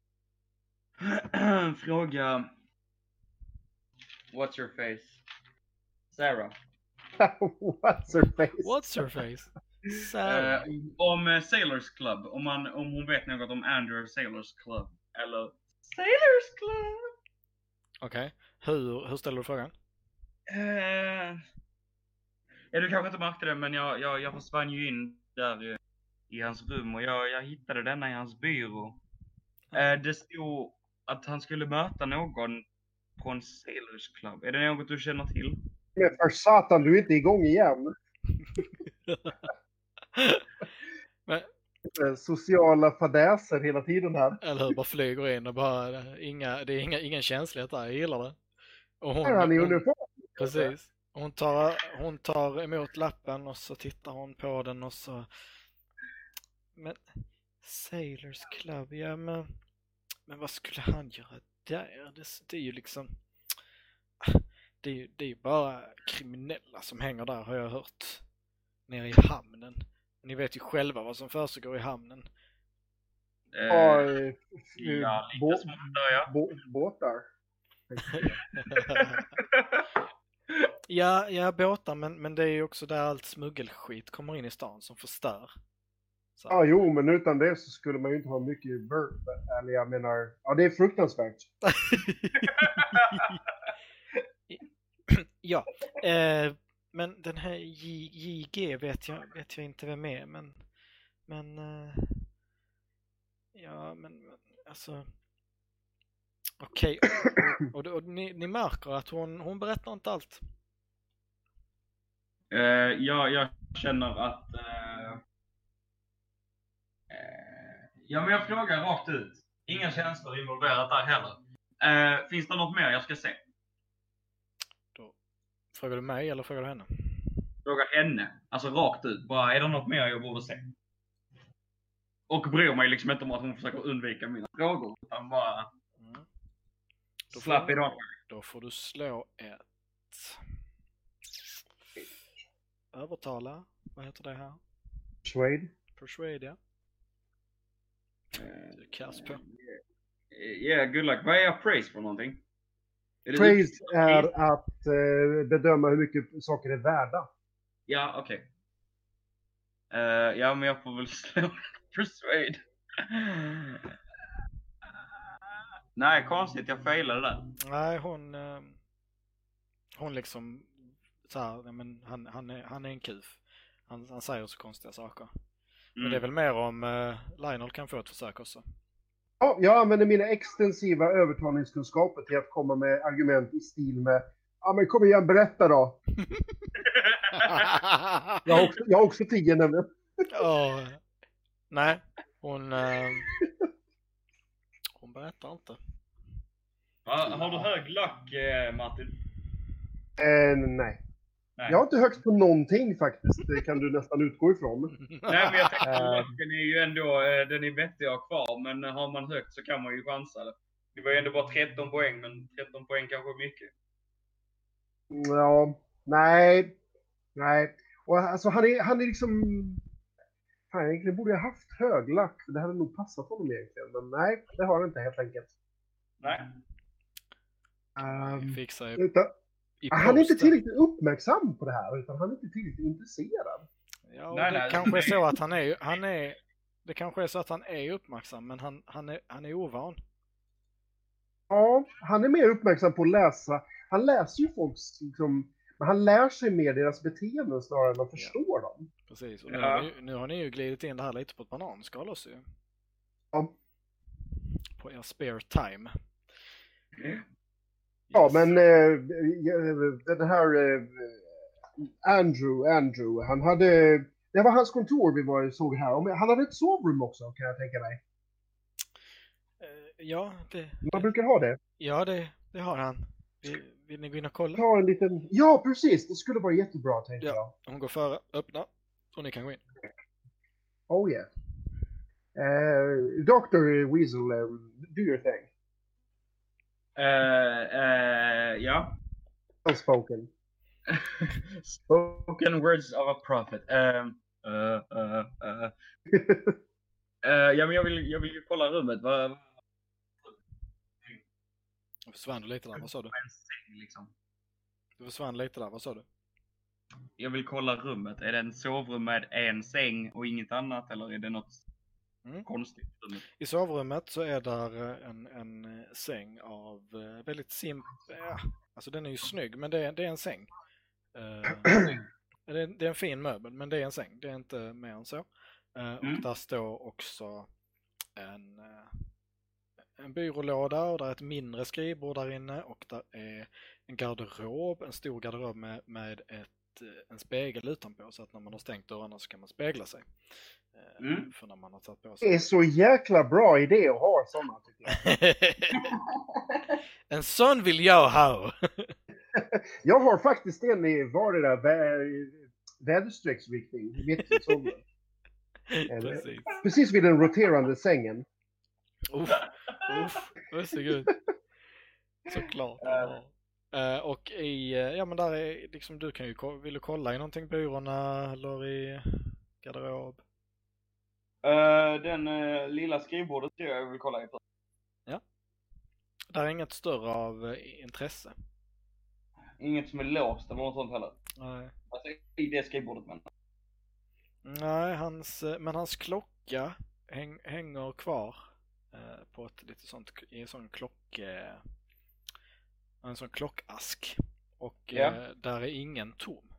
uh, fråga... What's your face? Sarah. What's her face? What's her face? Sarah. Uh, om Sailors Club. Om, man, om hon vet något om Andrew Sailors Club. Eller Sailors Club. Okej. Okay. Hur, hur ställer du frågan? Uh, ja, du kanske inte märkte det, men jag, jag, jag försvann ju in där i, i hans rum. Och jag, jag hittade denna i hans byrå. Uh, det stod att han skulle möta någon på en Sailors Club. Är det något du känner till? Men för satan, du är inte igång igen. Men, sociala fadäser hela tiden här. eller hur, bara flyger in och bara, inga, det är inga, ingen känslighet där, jag gillar det. Och hon, Här han är hon, uniform. precis. Hon tar, hon tar emot lappen och så tittar hon på den och så... Men, Sailors Club, ja men... Men vad skulle han göra där? Det, det är ju liksom... Det är ju det är bara kriminella som hänger där, har jag hört. Nere i hamnen. Ni vet ju själva vad som försiggår i hamnen. Uh, ja, ja, lite bå- smått där, ja. Bå- båtar. ja, ja, båtar, men, men det är ju också där allt smuggelskit kommer in i stan som förstör. Så. Ja, jo, men utan det så skulle man ju inte ha mycket burp. Eller jag menar, ja det är fruktansvärt. ja, eh, men den här J- JG vet jag, vet jag inte vem är, men men eh, ja, men alltså okej, okay. och, och, och ni, ni märker att hon, hon berättar inte allt. Uh, ja, jag känner att uh, uh, ja, men jag frågar rakt ut. Inga känslor involverat där heller. Uh, finns det något mer jag ska se? Frågar du mig eller frågar du henne? Frågar henne. Alltså rakt ut. Bara, är det något mer jag borde se? Och bryr mig liksom inte om att hon försöker undvika mina frågor. Utan bara... Mm. Slapp idag. Då får du slå ett... Övertala. Vad heter det här? Persuade. Persuade, ja. Du är kass på. Yeah, good luck. Vad är appraise för någonting? Praise är att eh, bedöma hur mycket saker är värda. Ja, okej. Okay. Uh, ja, men jag får väl slå persuade. Nej, konstigt. Jag failade där. Nej, hon... Uh, hon liksom... Så här, men han, han, är, han är en kuf. Han, han säger så konstiga saker. Mm. Men det är väl mer om uh, Lionel kan få ett försök också. Ja, jag använder mina extensiva övertalningskunskaper till att komma med argument i stil med ja men kom igen, berätta då. jag, har också, jag har också tio nämligen. oh, nej, hon uh, hon berättar inte. Ja, har du hög luck, eh, Martin? Eh, nej. nej. Jag har inte högt på någonting faktiskt. Det kan du nästan utgå ifrån. Nej, men jag tänkte att lucken är ju ändå den är vettig att ha kvar. Men har man högt så kan man ju chansa det. Det var ju ändå bara tretton poäng, men tretton poäng kanske är mycket. Ja, nej. Nej. Och alltså han är, han är liksom... Fan, egentligen borde jag haft hög lack. Det hade nog passat honom egentligen. Men nej, det har han inte helt enkelt. Nej. Um, Fixa i, utan, i han är inte tillräckligt uppmärksam på det här. Utan han är inte tillräckligt intresserad. Ja, nej, det nej, kanske nej. är så att han är, han är... Det kanske är så att han är uppmärksam, men han, han, är, han är ovan. Ja, han är mer uppmärksam på att läsa. Han läser ju folks... Liksom, men han lär sig mer deras beteenden snarare än att förstå ja. dem. Precis, och nu, ja. har ni, nu har ni ju glidit in det här lite på ett bananskal också ju. Ja. På er spare time. Mm. Yes. Ja, men äh, den här äh, Andrew, Andrew, han hade... Det var hans kontor vi var, såg här. Han hade ett sovrum också, kan jag tänka mig. Uh, ja, det... Man det, brukar ha det. Ja, det, det har han. Vill, vill ni gå in och kolla? Ta en liten... Ja, precis. Det skulle vara jättebra, tänkte ja, jag. Hon går före, öppna. Och ni kan gå in. Oh yeah. Uh, doctor Weasel, uh, do your thing. Uh, uh, ja. Unspoken. Spoken words of a prophet. Um, Uh, uh, uh. uh, ja, men jag vill, jag vill ju kolla rummet. Vad... Du försvann lite där, vad sa du? En säng, liksom. Du försvann lite där, vad sa du? Jag vill kolla rummet. Är det en sovrum med en säng och inget annat? Eller är det något mm. konstigt? Rummet? I sovrummet så är där en, en säng av väldigt simpel... Ja, alltså den är ju snygg, men det är, det är en säng. Uh, det, är, det är en fin möbel, men det är en säng. Det är inte mer än så. Uh, mm. Och där står också en... Uh, en byrålåda och där är ett mindre skrivbord där inne och där är en garderob, en stor garderob med, med ett, en spegel utanpå så att när man har stängt dörrarna så kan man spegla sig. Mm. För när man har tagit på sig. Det är så jäkla bra idé att ha sådana, tycker jag. En sån vill jag ha! Jag har faktiskt en i vardera vä- väderstrecksriktning mitt i sovrummet. Precis. Precis vid den roterande sängen. Uff, uff, varsågod. Såklart. Uh, uh, och i, uh, ja men där är liksom, du kan ju, vill du kolla i någonting, byrårna eller i garderob? Uh, den uh, lilla skrivbordet tror jag vill kolla i. Ja. Där är inget större av uh, intresse. Inget som är låst eller något sånt heller? Nej. Alltså i det skrivbordet men. Nej, hans, men hans klocka häng, hänger kvar. På ett lite sånt, i en sån klock eh, en sån klockask och yeah. eh, där är ingen tom.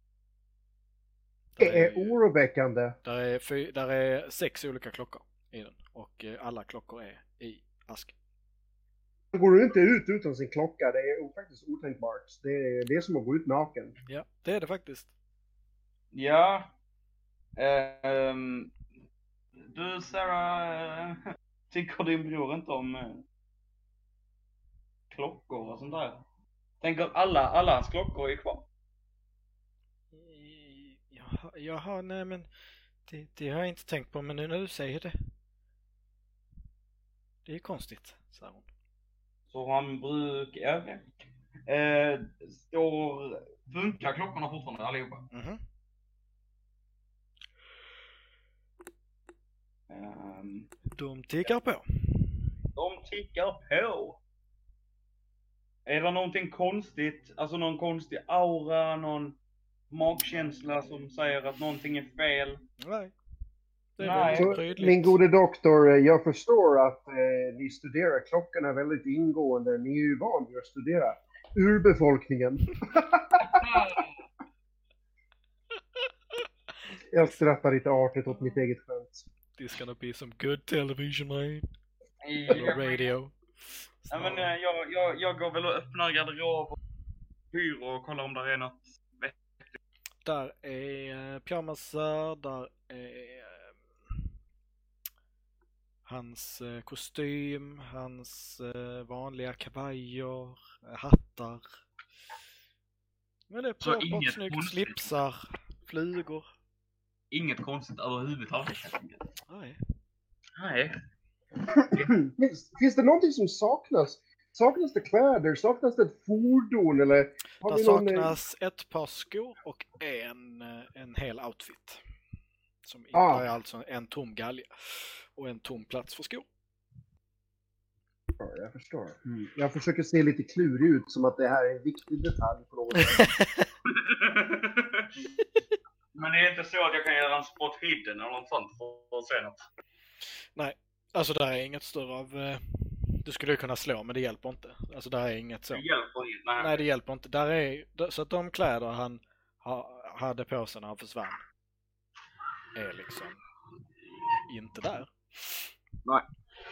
Där det är, är oroväckande. Där är, fy, där är sex olika klockor i den och eh, alla klockor är i asken. Går du inte ut utan sin klocka, det är faktiskt otänkbart. Det är, det är som att gå ut naken. Ja, det är det faktiskt. Ja. Um, du Sarah... Tycker din bror inte om eh, klockor och sånt där? Tänker alla, alla hans klockor är kvar? Jaha, jaha nej men det, det har jag inte tänkt på, men nu när du säger det. Det är konstigt, sa hon. Så han brukar... Ja, eh, står... Funkar klockorna fortfarande allihopa? Mhm. Um, de tickar på. De tickar på. Är det någonting konstigt? Alltså någon konstig aura, någon magkänsla som säger att någonting är fel? Nej. Det är Nej. Min gode doktor, jag förstår att eh, ni studerar klockorna väldigt ingående. Ni är ju van vid att studera urbefolkningen. Jag skrattar lite artigt åt mitt eget skämt. This gonna be some good television, man. Ja. Radio. Ja, men jag, jag, jag går väl och öppnar garderob och byrå och kollar om där är något vettigt. Där är pyjamasar, där är hans kostym, hans vanliga kavajer, hattar. Men det är proppart, snyggt, slipsar, flugor. Inget konstigt överhuvudtaget. Nej. Nej. Finns, finns det någonting som saknas? Saknas det kläder? Saknas det ett fordon? Eller har det vi saknas någon... ett par skor och en, en hel outfit. Som ah. är alltså en tom galge och en tom plats för skor. Ja, jag förstår. Mm. Jag försöker se lite klurig ut, som att det här är en viktig detalj på något sätt. Men det är inte så att jag kan göra en spot hidden eller något sånt för att se något? Nej, alltså det är inget större av... Eh, du skulle ju kunna slå, men det hjälper inte. Alltså det är inget så. Det hjälper inte? Nej, nej det hjälper inte. Där är, så att de kläder han ha, hade på sig när han försvann är liksom inte där. Nej.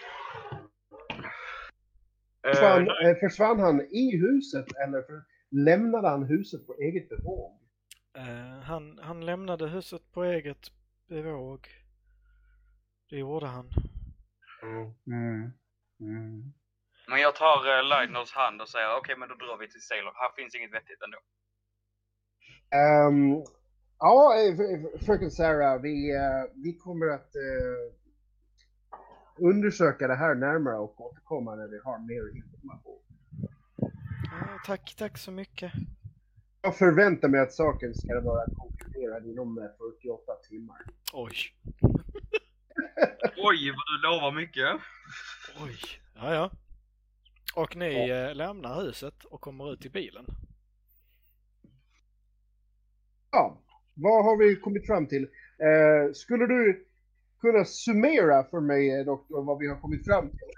Försvann, uh, försvann han i huset eller för, lämnade han huset på eget bevåg? Uh, han, han lämnade huset på eget bevåg. Det gjorde han. Mm. Mm. Mm. Men jag tar uh, Leidners hand och säger okej, okay, men då drar vi till Sailor. Här finns inget vettigt ändå. Um, ja, fröken Sarah, vi, uh, vi kommer att uh, undersöka det här närmare och återkomma när vi har mer information. Uh, tack, tack så mycket. Jag förväntar mig att saken ska vara konkret. leverad inom eh, fyrtioåtta timmar. Oj. Oj, vad du lovar mycket. Oj. Ja, ja. Och ni ja. lämnar huset och kommer ut i bilen. Ja, vad har vi kommit fram till? Eh, skulle du kunna summera för mig, doktor, vad vi har kommit fram till?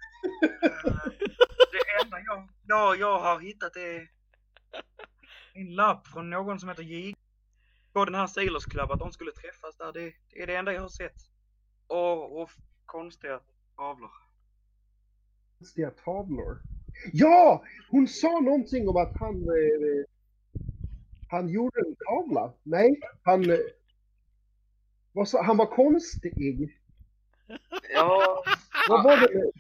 Det enda jag, jag, jag har hittat är en lapp från någon som heter J. På den här Sailors Club, att de skulle träffas där. Det, det är det enda jag har sett. Och, och konstiga tavlor. Konstiga tavlor? Ja! Hon sa någonting om att han... Eh, han gjorde en tavla. Nej, han... Eh, vad sa, han var konstig. Ja. Vad var det?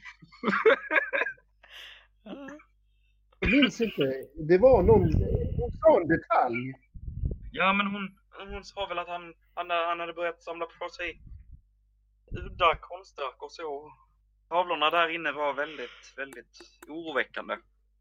Jag minns inte. Det var någon... Hon sa en detalj. Ja, men hon, hon sa väl att han, han, han hade börjat samla på sig udda konstverk och så. Tavlorna där inne var väldigt, väldigt oroväckande.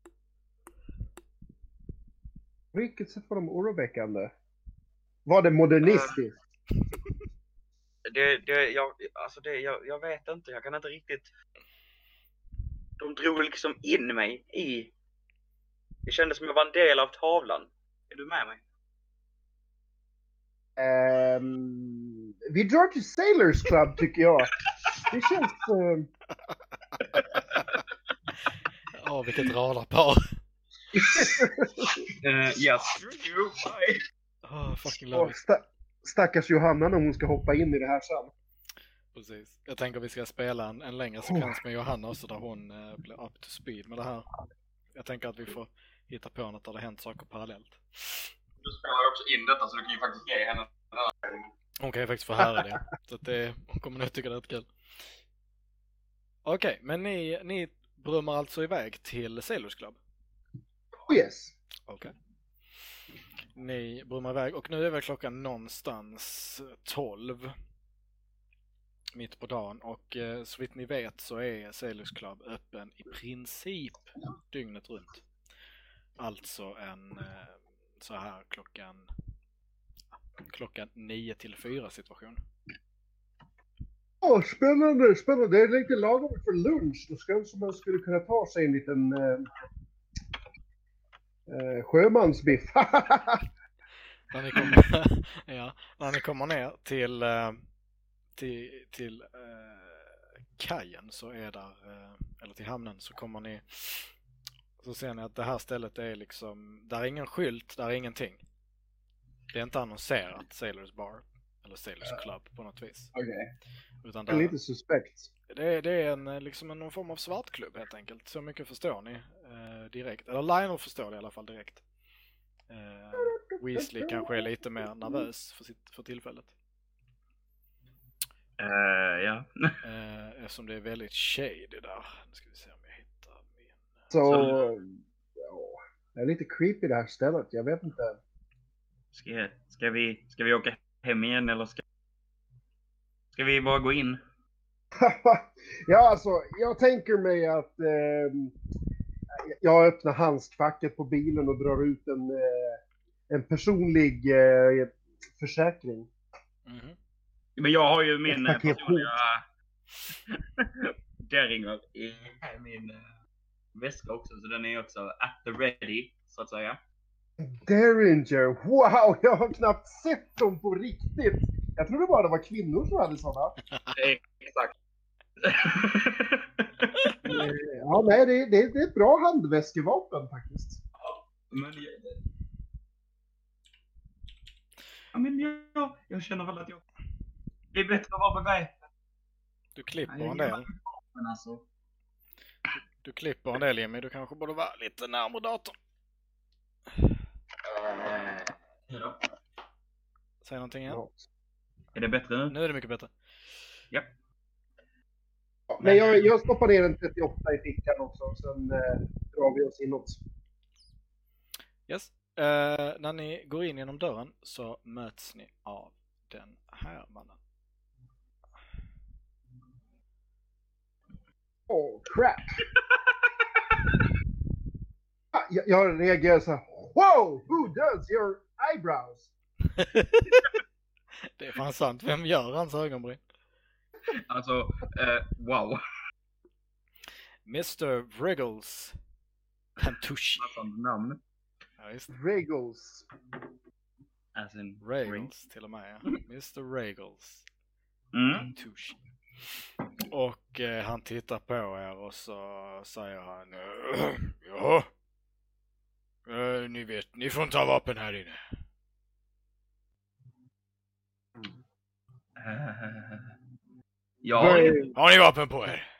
Vilket sätt var de oroväckande? Var det modernistiskt? Det, det, jag, alltså det, jag, jag vet inte, jag kan inte riktigt... De drog liksom in mig i... Det kändes som jag var en del av tavlan. Är du med mig? Um, vi drar till Sailors Club, tycker jag. Det känns... Uh... Ja, oh, vilket radarpar. uh, yes. You, oh, fucking love it. Sta- stackars Johanna när hon ska hoppa in i det här sen. Precis. Jag tänker att vi ska spela en, en längre sekvens med Johanna också, där hon uh, blir up to speed med det här. Jag tänker att vi får hitta på något där det hänt saker parallellt. Du spelar också in detta, så du kan ju faktiskt ge henne den här. Hon kan ju faktiskt få höra det. Så att det, hon kommer nog tycka det är rätt kul. Okej, okay, men ni, ni brummar alltså iväg till Sailors Club? Oh yes. Okej. Okay. Ni brummar iväg, och nu är väl klockan någonstans tolv. Mitt på dagen, och eh, så vitt ni vet så är Sailors Club öppen i princip dygnet runt. Alltså en eh, så här klockan klockan nio till fyra situation. Åh, oh, spännande, spännande. Det är lite lagom för lunch. Då ska man skulle kunna ta sig en liten eh, eh, sjömansbiff. när ni kommer ja, när ni kommer ner till eh, till till eh, kajen, så är där eh, eller till hamnen, så kommer ni, så ser ni att det här stället är liksom, där är ingen skylt, där är ingenting. Det är inte annonserat Sailors Bar eller Sailors Club på något vis. Okej. Okay. Utan det är lite suspekt. Det är, det är en, liksom en, någon form av svartklubb helt enkelt. Så mycket förstår ni eh, direkt. Eller Lionel förstår det i alla fall direkt. Eh, Weasley kanske är lite mer nervös för, sitt, för tillfället. Uh, ja. eh, eftersom det är väldigt shady där. Nu ska vi se om jag hittar min... Så, ja, det är lite creepy det här stället. Jag vet inte. Ska, ska, vi, ska vi åka hem igen, eller ska, ska vi bara gå in? Ja, alltså, jag tänker mig att eh, jag öppnar handskfacket på bilen och drar ut en, eh, en personlig eh, försäkring. Mm-hmm. Men jag har ju min personliga Derringer i min uh, väska också, så den är också at the ready, så att säga. Derringer, wow, jag har knappt sett dem på riktigt. Jag trodde bara det var kvinnor som hade sådana. Exakt. Ja, nej, det, det, det är ett bra handväskevapen faktiskt. Ja, men jag, ja, men jag, jag känner väl att jag det är bättre att vara beväpnad. Du klipper en del. Men alltså. Du, du klipper en del, Jimmy. Du kanske borde vara lite närmare datorn. Uh, Säg någonting igen. Ja. Är det bättre nu? Nu är det mycket bättre. Ja. Ja, men jag, jag stoppar ner en trettioåtta i fickan också, sen eh, drar vi oss inåt. Yes. Uh, när ni går in genom dörren så möts ni av den här mannen. Oh, crap! jag, jag reagerar så här, wow, who does your eyebrows? är fan sant. Vem gör hans ögonbryn? Alltså, eh, wow. mister Wriggles Pantucci. Passande namn. Ja, just det. Regals. As in Regals till och med, ja. mister Regals Mm. Pantucci. Och eh, han tittar på er och så säger han eh, ja. Eh, ni vet, ni får inte ha vapen här inne. Uh, ja. Börjar Har ni vapen på er?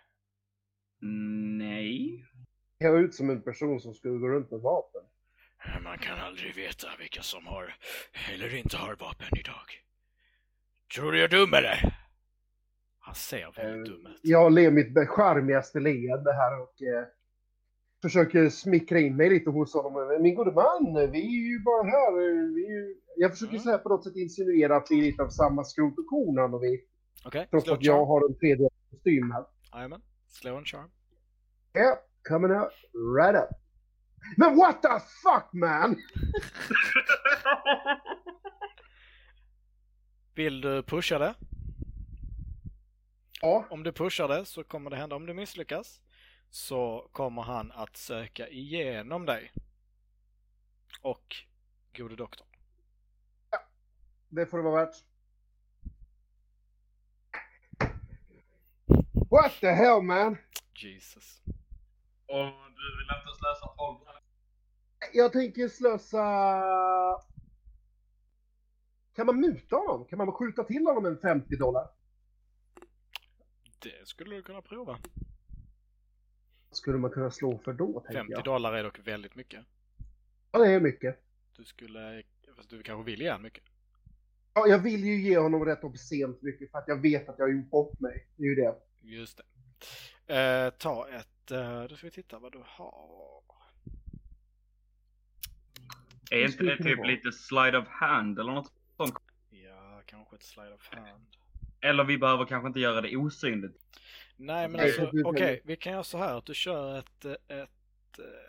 Nej. jag ut som en person som skulle gå runt med vapen. Man kan aldrig veta vilka som har eller inte har vapen idag. Tror du jag är dum eller? Han ser väldigt Eh, dum ut. Jag ler mitt charmigaste leende här och eh, försöker smickra in mig lite hos honom. Min gode man, vi är ju bara här. Vi är ju... Jag försöker Mm. så här på något sätt insinuera att vi är lite av samma skrot och korn, han och vi. Okej, Trots slå att en jag charm. har en tredje kostym här. Jajamän, slå en charm. Ja, yeah, coming out right up. Men what the fuck, man? Vill du pusha det? Ja, Om du pushar det så kommer det hända. Om du misslyckas så kommer han att söka igenom dig. Och gode doktorn. det får det vara värt. What the hell, man? Jesus. Och du vill inte slösa tolv. Jag tänker slösa... Kan man muta honom? Kan man skjuta till honom en femtio dollar? Det skulle du kunna prova. Skulle man kunna slå för då, tänker femtio jag. dollar är dock väldigt mycket. Ja, det är mycket. Du skulle... Fast du kanske vill ge han mycket. Ja, jag vill ju ge honom rätt obscent mycket för att jag vet att jag har gjort bort mig. Det är ju det. Just det. Eh, ta ett... Eh, då ska vi titta vad du har. Är inte det typ lite slide of hand eller något sånt? Ja, kanske ett slide of hand. Eller vi behöver kanske inte göra det osynligt. Nej, men Nej, alltså, det- okej, det- vi kan göra så här att du kör ett, ett, ett uh,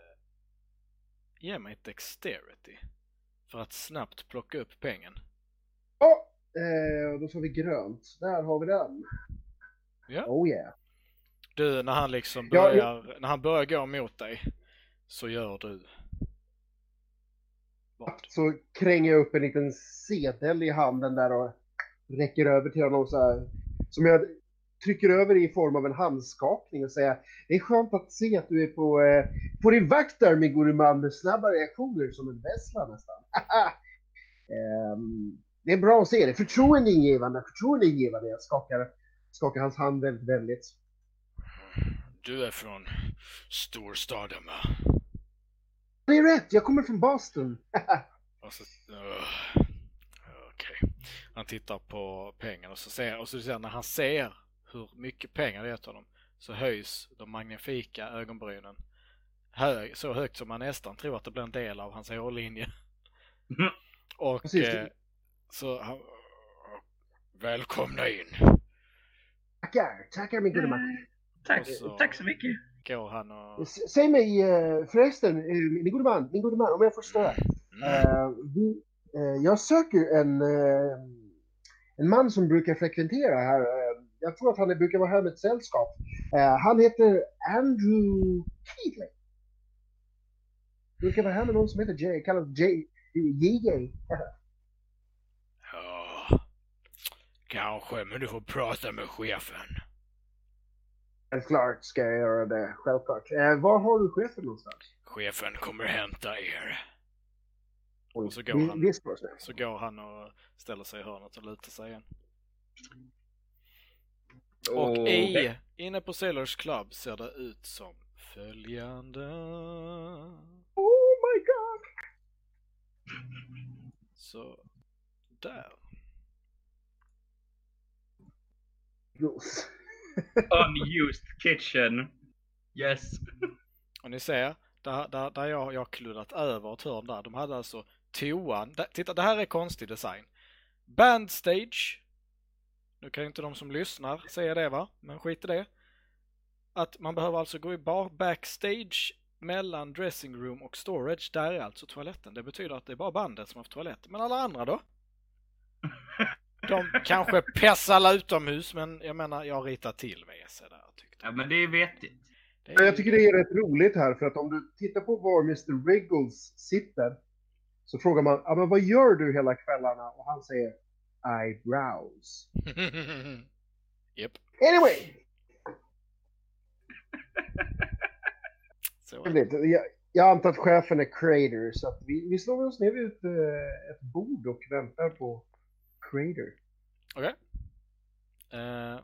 ge mig ett dexterity för att snabbt plocka upp pengen. Ja, eh, då får vi grönt. Där har vi den. Ja. Oh yeah. Du, när han liksom Ja, börjar, när han börjar gå mot dig så gör du vad? Så kränger jag upp en liten sedel i handen där och räcker över till honom så här. Som jag trycker över i form av en handskakning och säger: det är skönt att se att du är på, eh, på din vakt där, min gode man, med snabba reaktioner som en vässla nästan. um, det är bra att se det. Förtroendeingivande, förtroendeingivande. Jag skakar, skakar hans hand väldigt vänligt. Du är från storstaden, va? Det är rätt, jag kommer från Boston. Och så, uh, okej. Han tittar på pengarna och så ser, och så ser när han ser hur mycket pengar det är till honom så höjs de magnifika ögonbrynen hög, så högt som man nästan tror att det blir en del av hans hårlinje. Och Precis. eh, så han, välkomna in. Tackar, tackar min gode man. Tack, Och så- tack så mycket. Går han och... S- Säg mig eh, förresten, eh, min gode man, min gode man, om jag får störa. Mm. Eh, vi, eh, jag söker en, eh, en man som brukar frekventera här. Eh, jag tror att han brukar vara här med ett sällskap. Eh, han heter Andrew Keatley. Brukar vara här med någon som heter J, kallad J, J J. Ja, kanske, men du får prata med chefen. Självklart ska jag göra det, självklart. Eh, var har du chefen någonstans? Chefen kommer hämta er. Oj, Och så går vi- han. vi ska se. Så går han och ställer sig i hörnet och lutar sig igen. Och Okej. i, inne på Sailors Club ser det ut som följande. Oh my god! Så, där. Gross. Unused kitchen. Yes. Och ni ser, där, där, där jag, jag har kluddat över ett hörn där. De hade alltså toan. Där, titta, det här är konstig design. Bandstage. Nu kan ju inte de som lyssnar säga det, va? Men skit i det. Att man behöver alltså gå i bar backstage mellan dressing room och storage. Där är alltså toaletten. Det betyder att det är bara bandet som har haft toalett. Men alla andra då? De kanske pessar utomhus, men jag menar, jag ritar till V C där. Tyckte. Ja, men det är vettigt. Det är... Jag tycker det är rätt roligt här, för att om du tittar på var mister Wriggles sitter så frågar man, ja, men vad gör du hela kvällarna? Och han säger, I browse. Yep. Anyway! Så. Jag, jag antar att chefen är Crater, så att vi, vi slår oss ner vid ett, ett bord och väntar på Crater. Okej. Okay. Uh,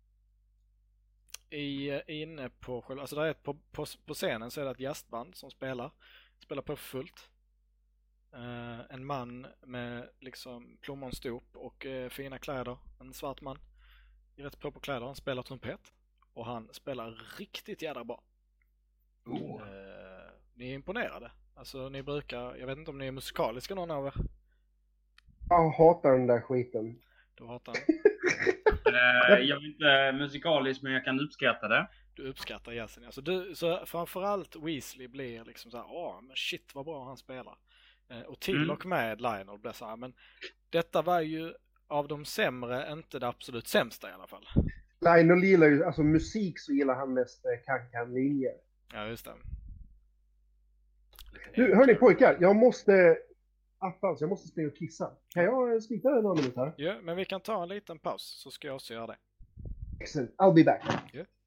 i, inne på själva, alltså där är ett, på, på, på scenen så är det ett gästband som spelar. Spelar på fullt. Uh, en man med liksom plommonstop och uh, fina kläder. En svart man i rätt på på kläder. Han spelar trumpet. Och han spelar riktigt jävla bra. Oh. Uh, ni är imponerade. Alltså ni brukar, jag vet inte om ni är musikaliska någon av er. Jag hatar den där skiten. Du hatar uh, jag är inte musikalisk, men jag kan uppskatta det. Du uppskattar jazzen. Alltså du, så framförallt Weasley blir liksom så här, åh men shit vad bra han spelar. Uh, och till mm. och med Lionel blir så här, men detta var ju av de sämre, inte det absolut sämsta i alla fall. Lionel gillar ju, alltså musik så gillar han mest kan-kan-linjer. Ja, just det. Du, hörni pojkar, jag måste... Attans, jag måste springa och kissa. Kan jag smita några minuter här? Ja, men vi kan ta en liten paus så ska jag också göra det. Excellent, I'll be back. Ja.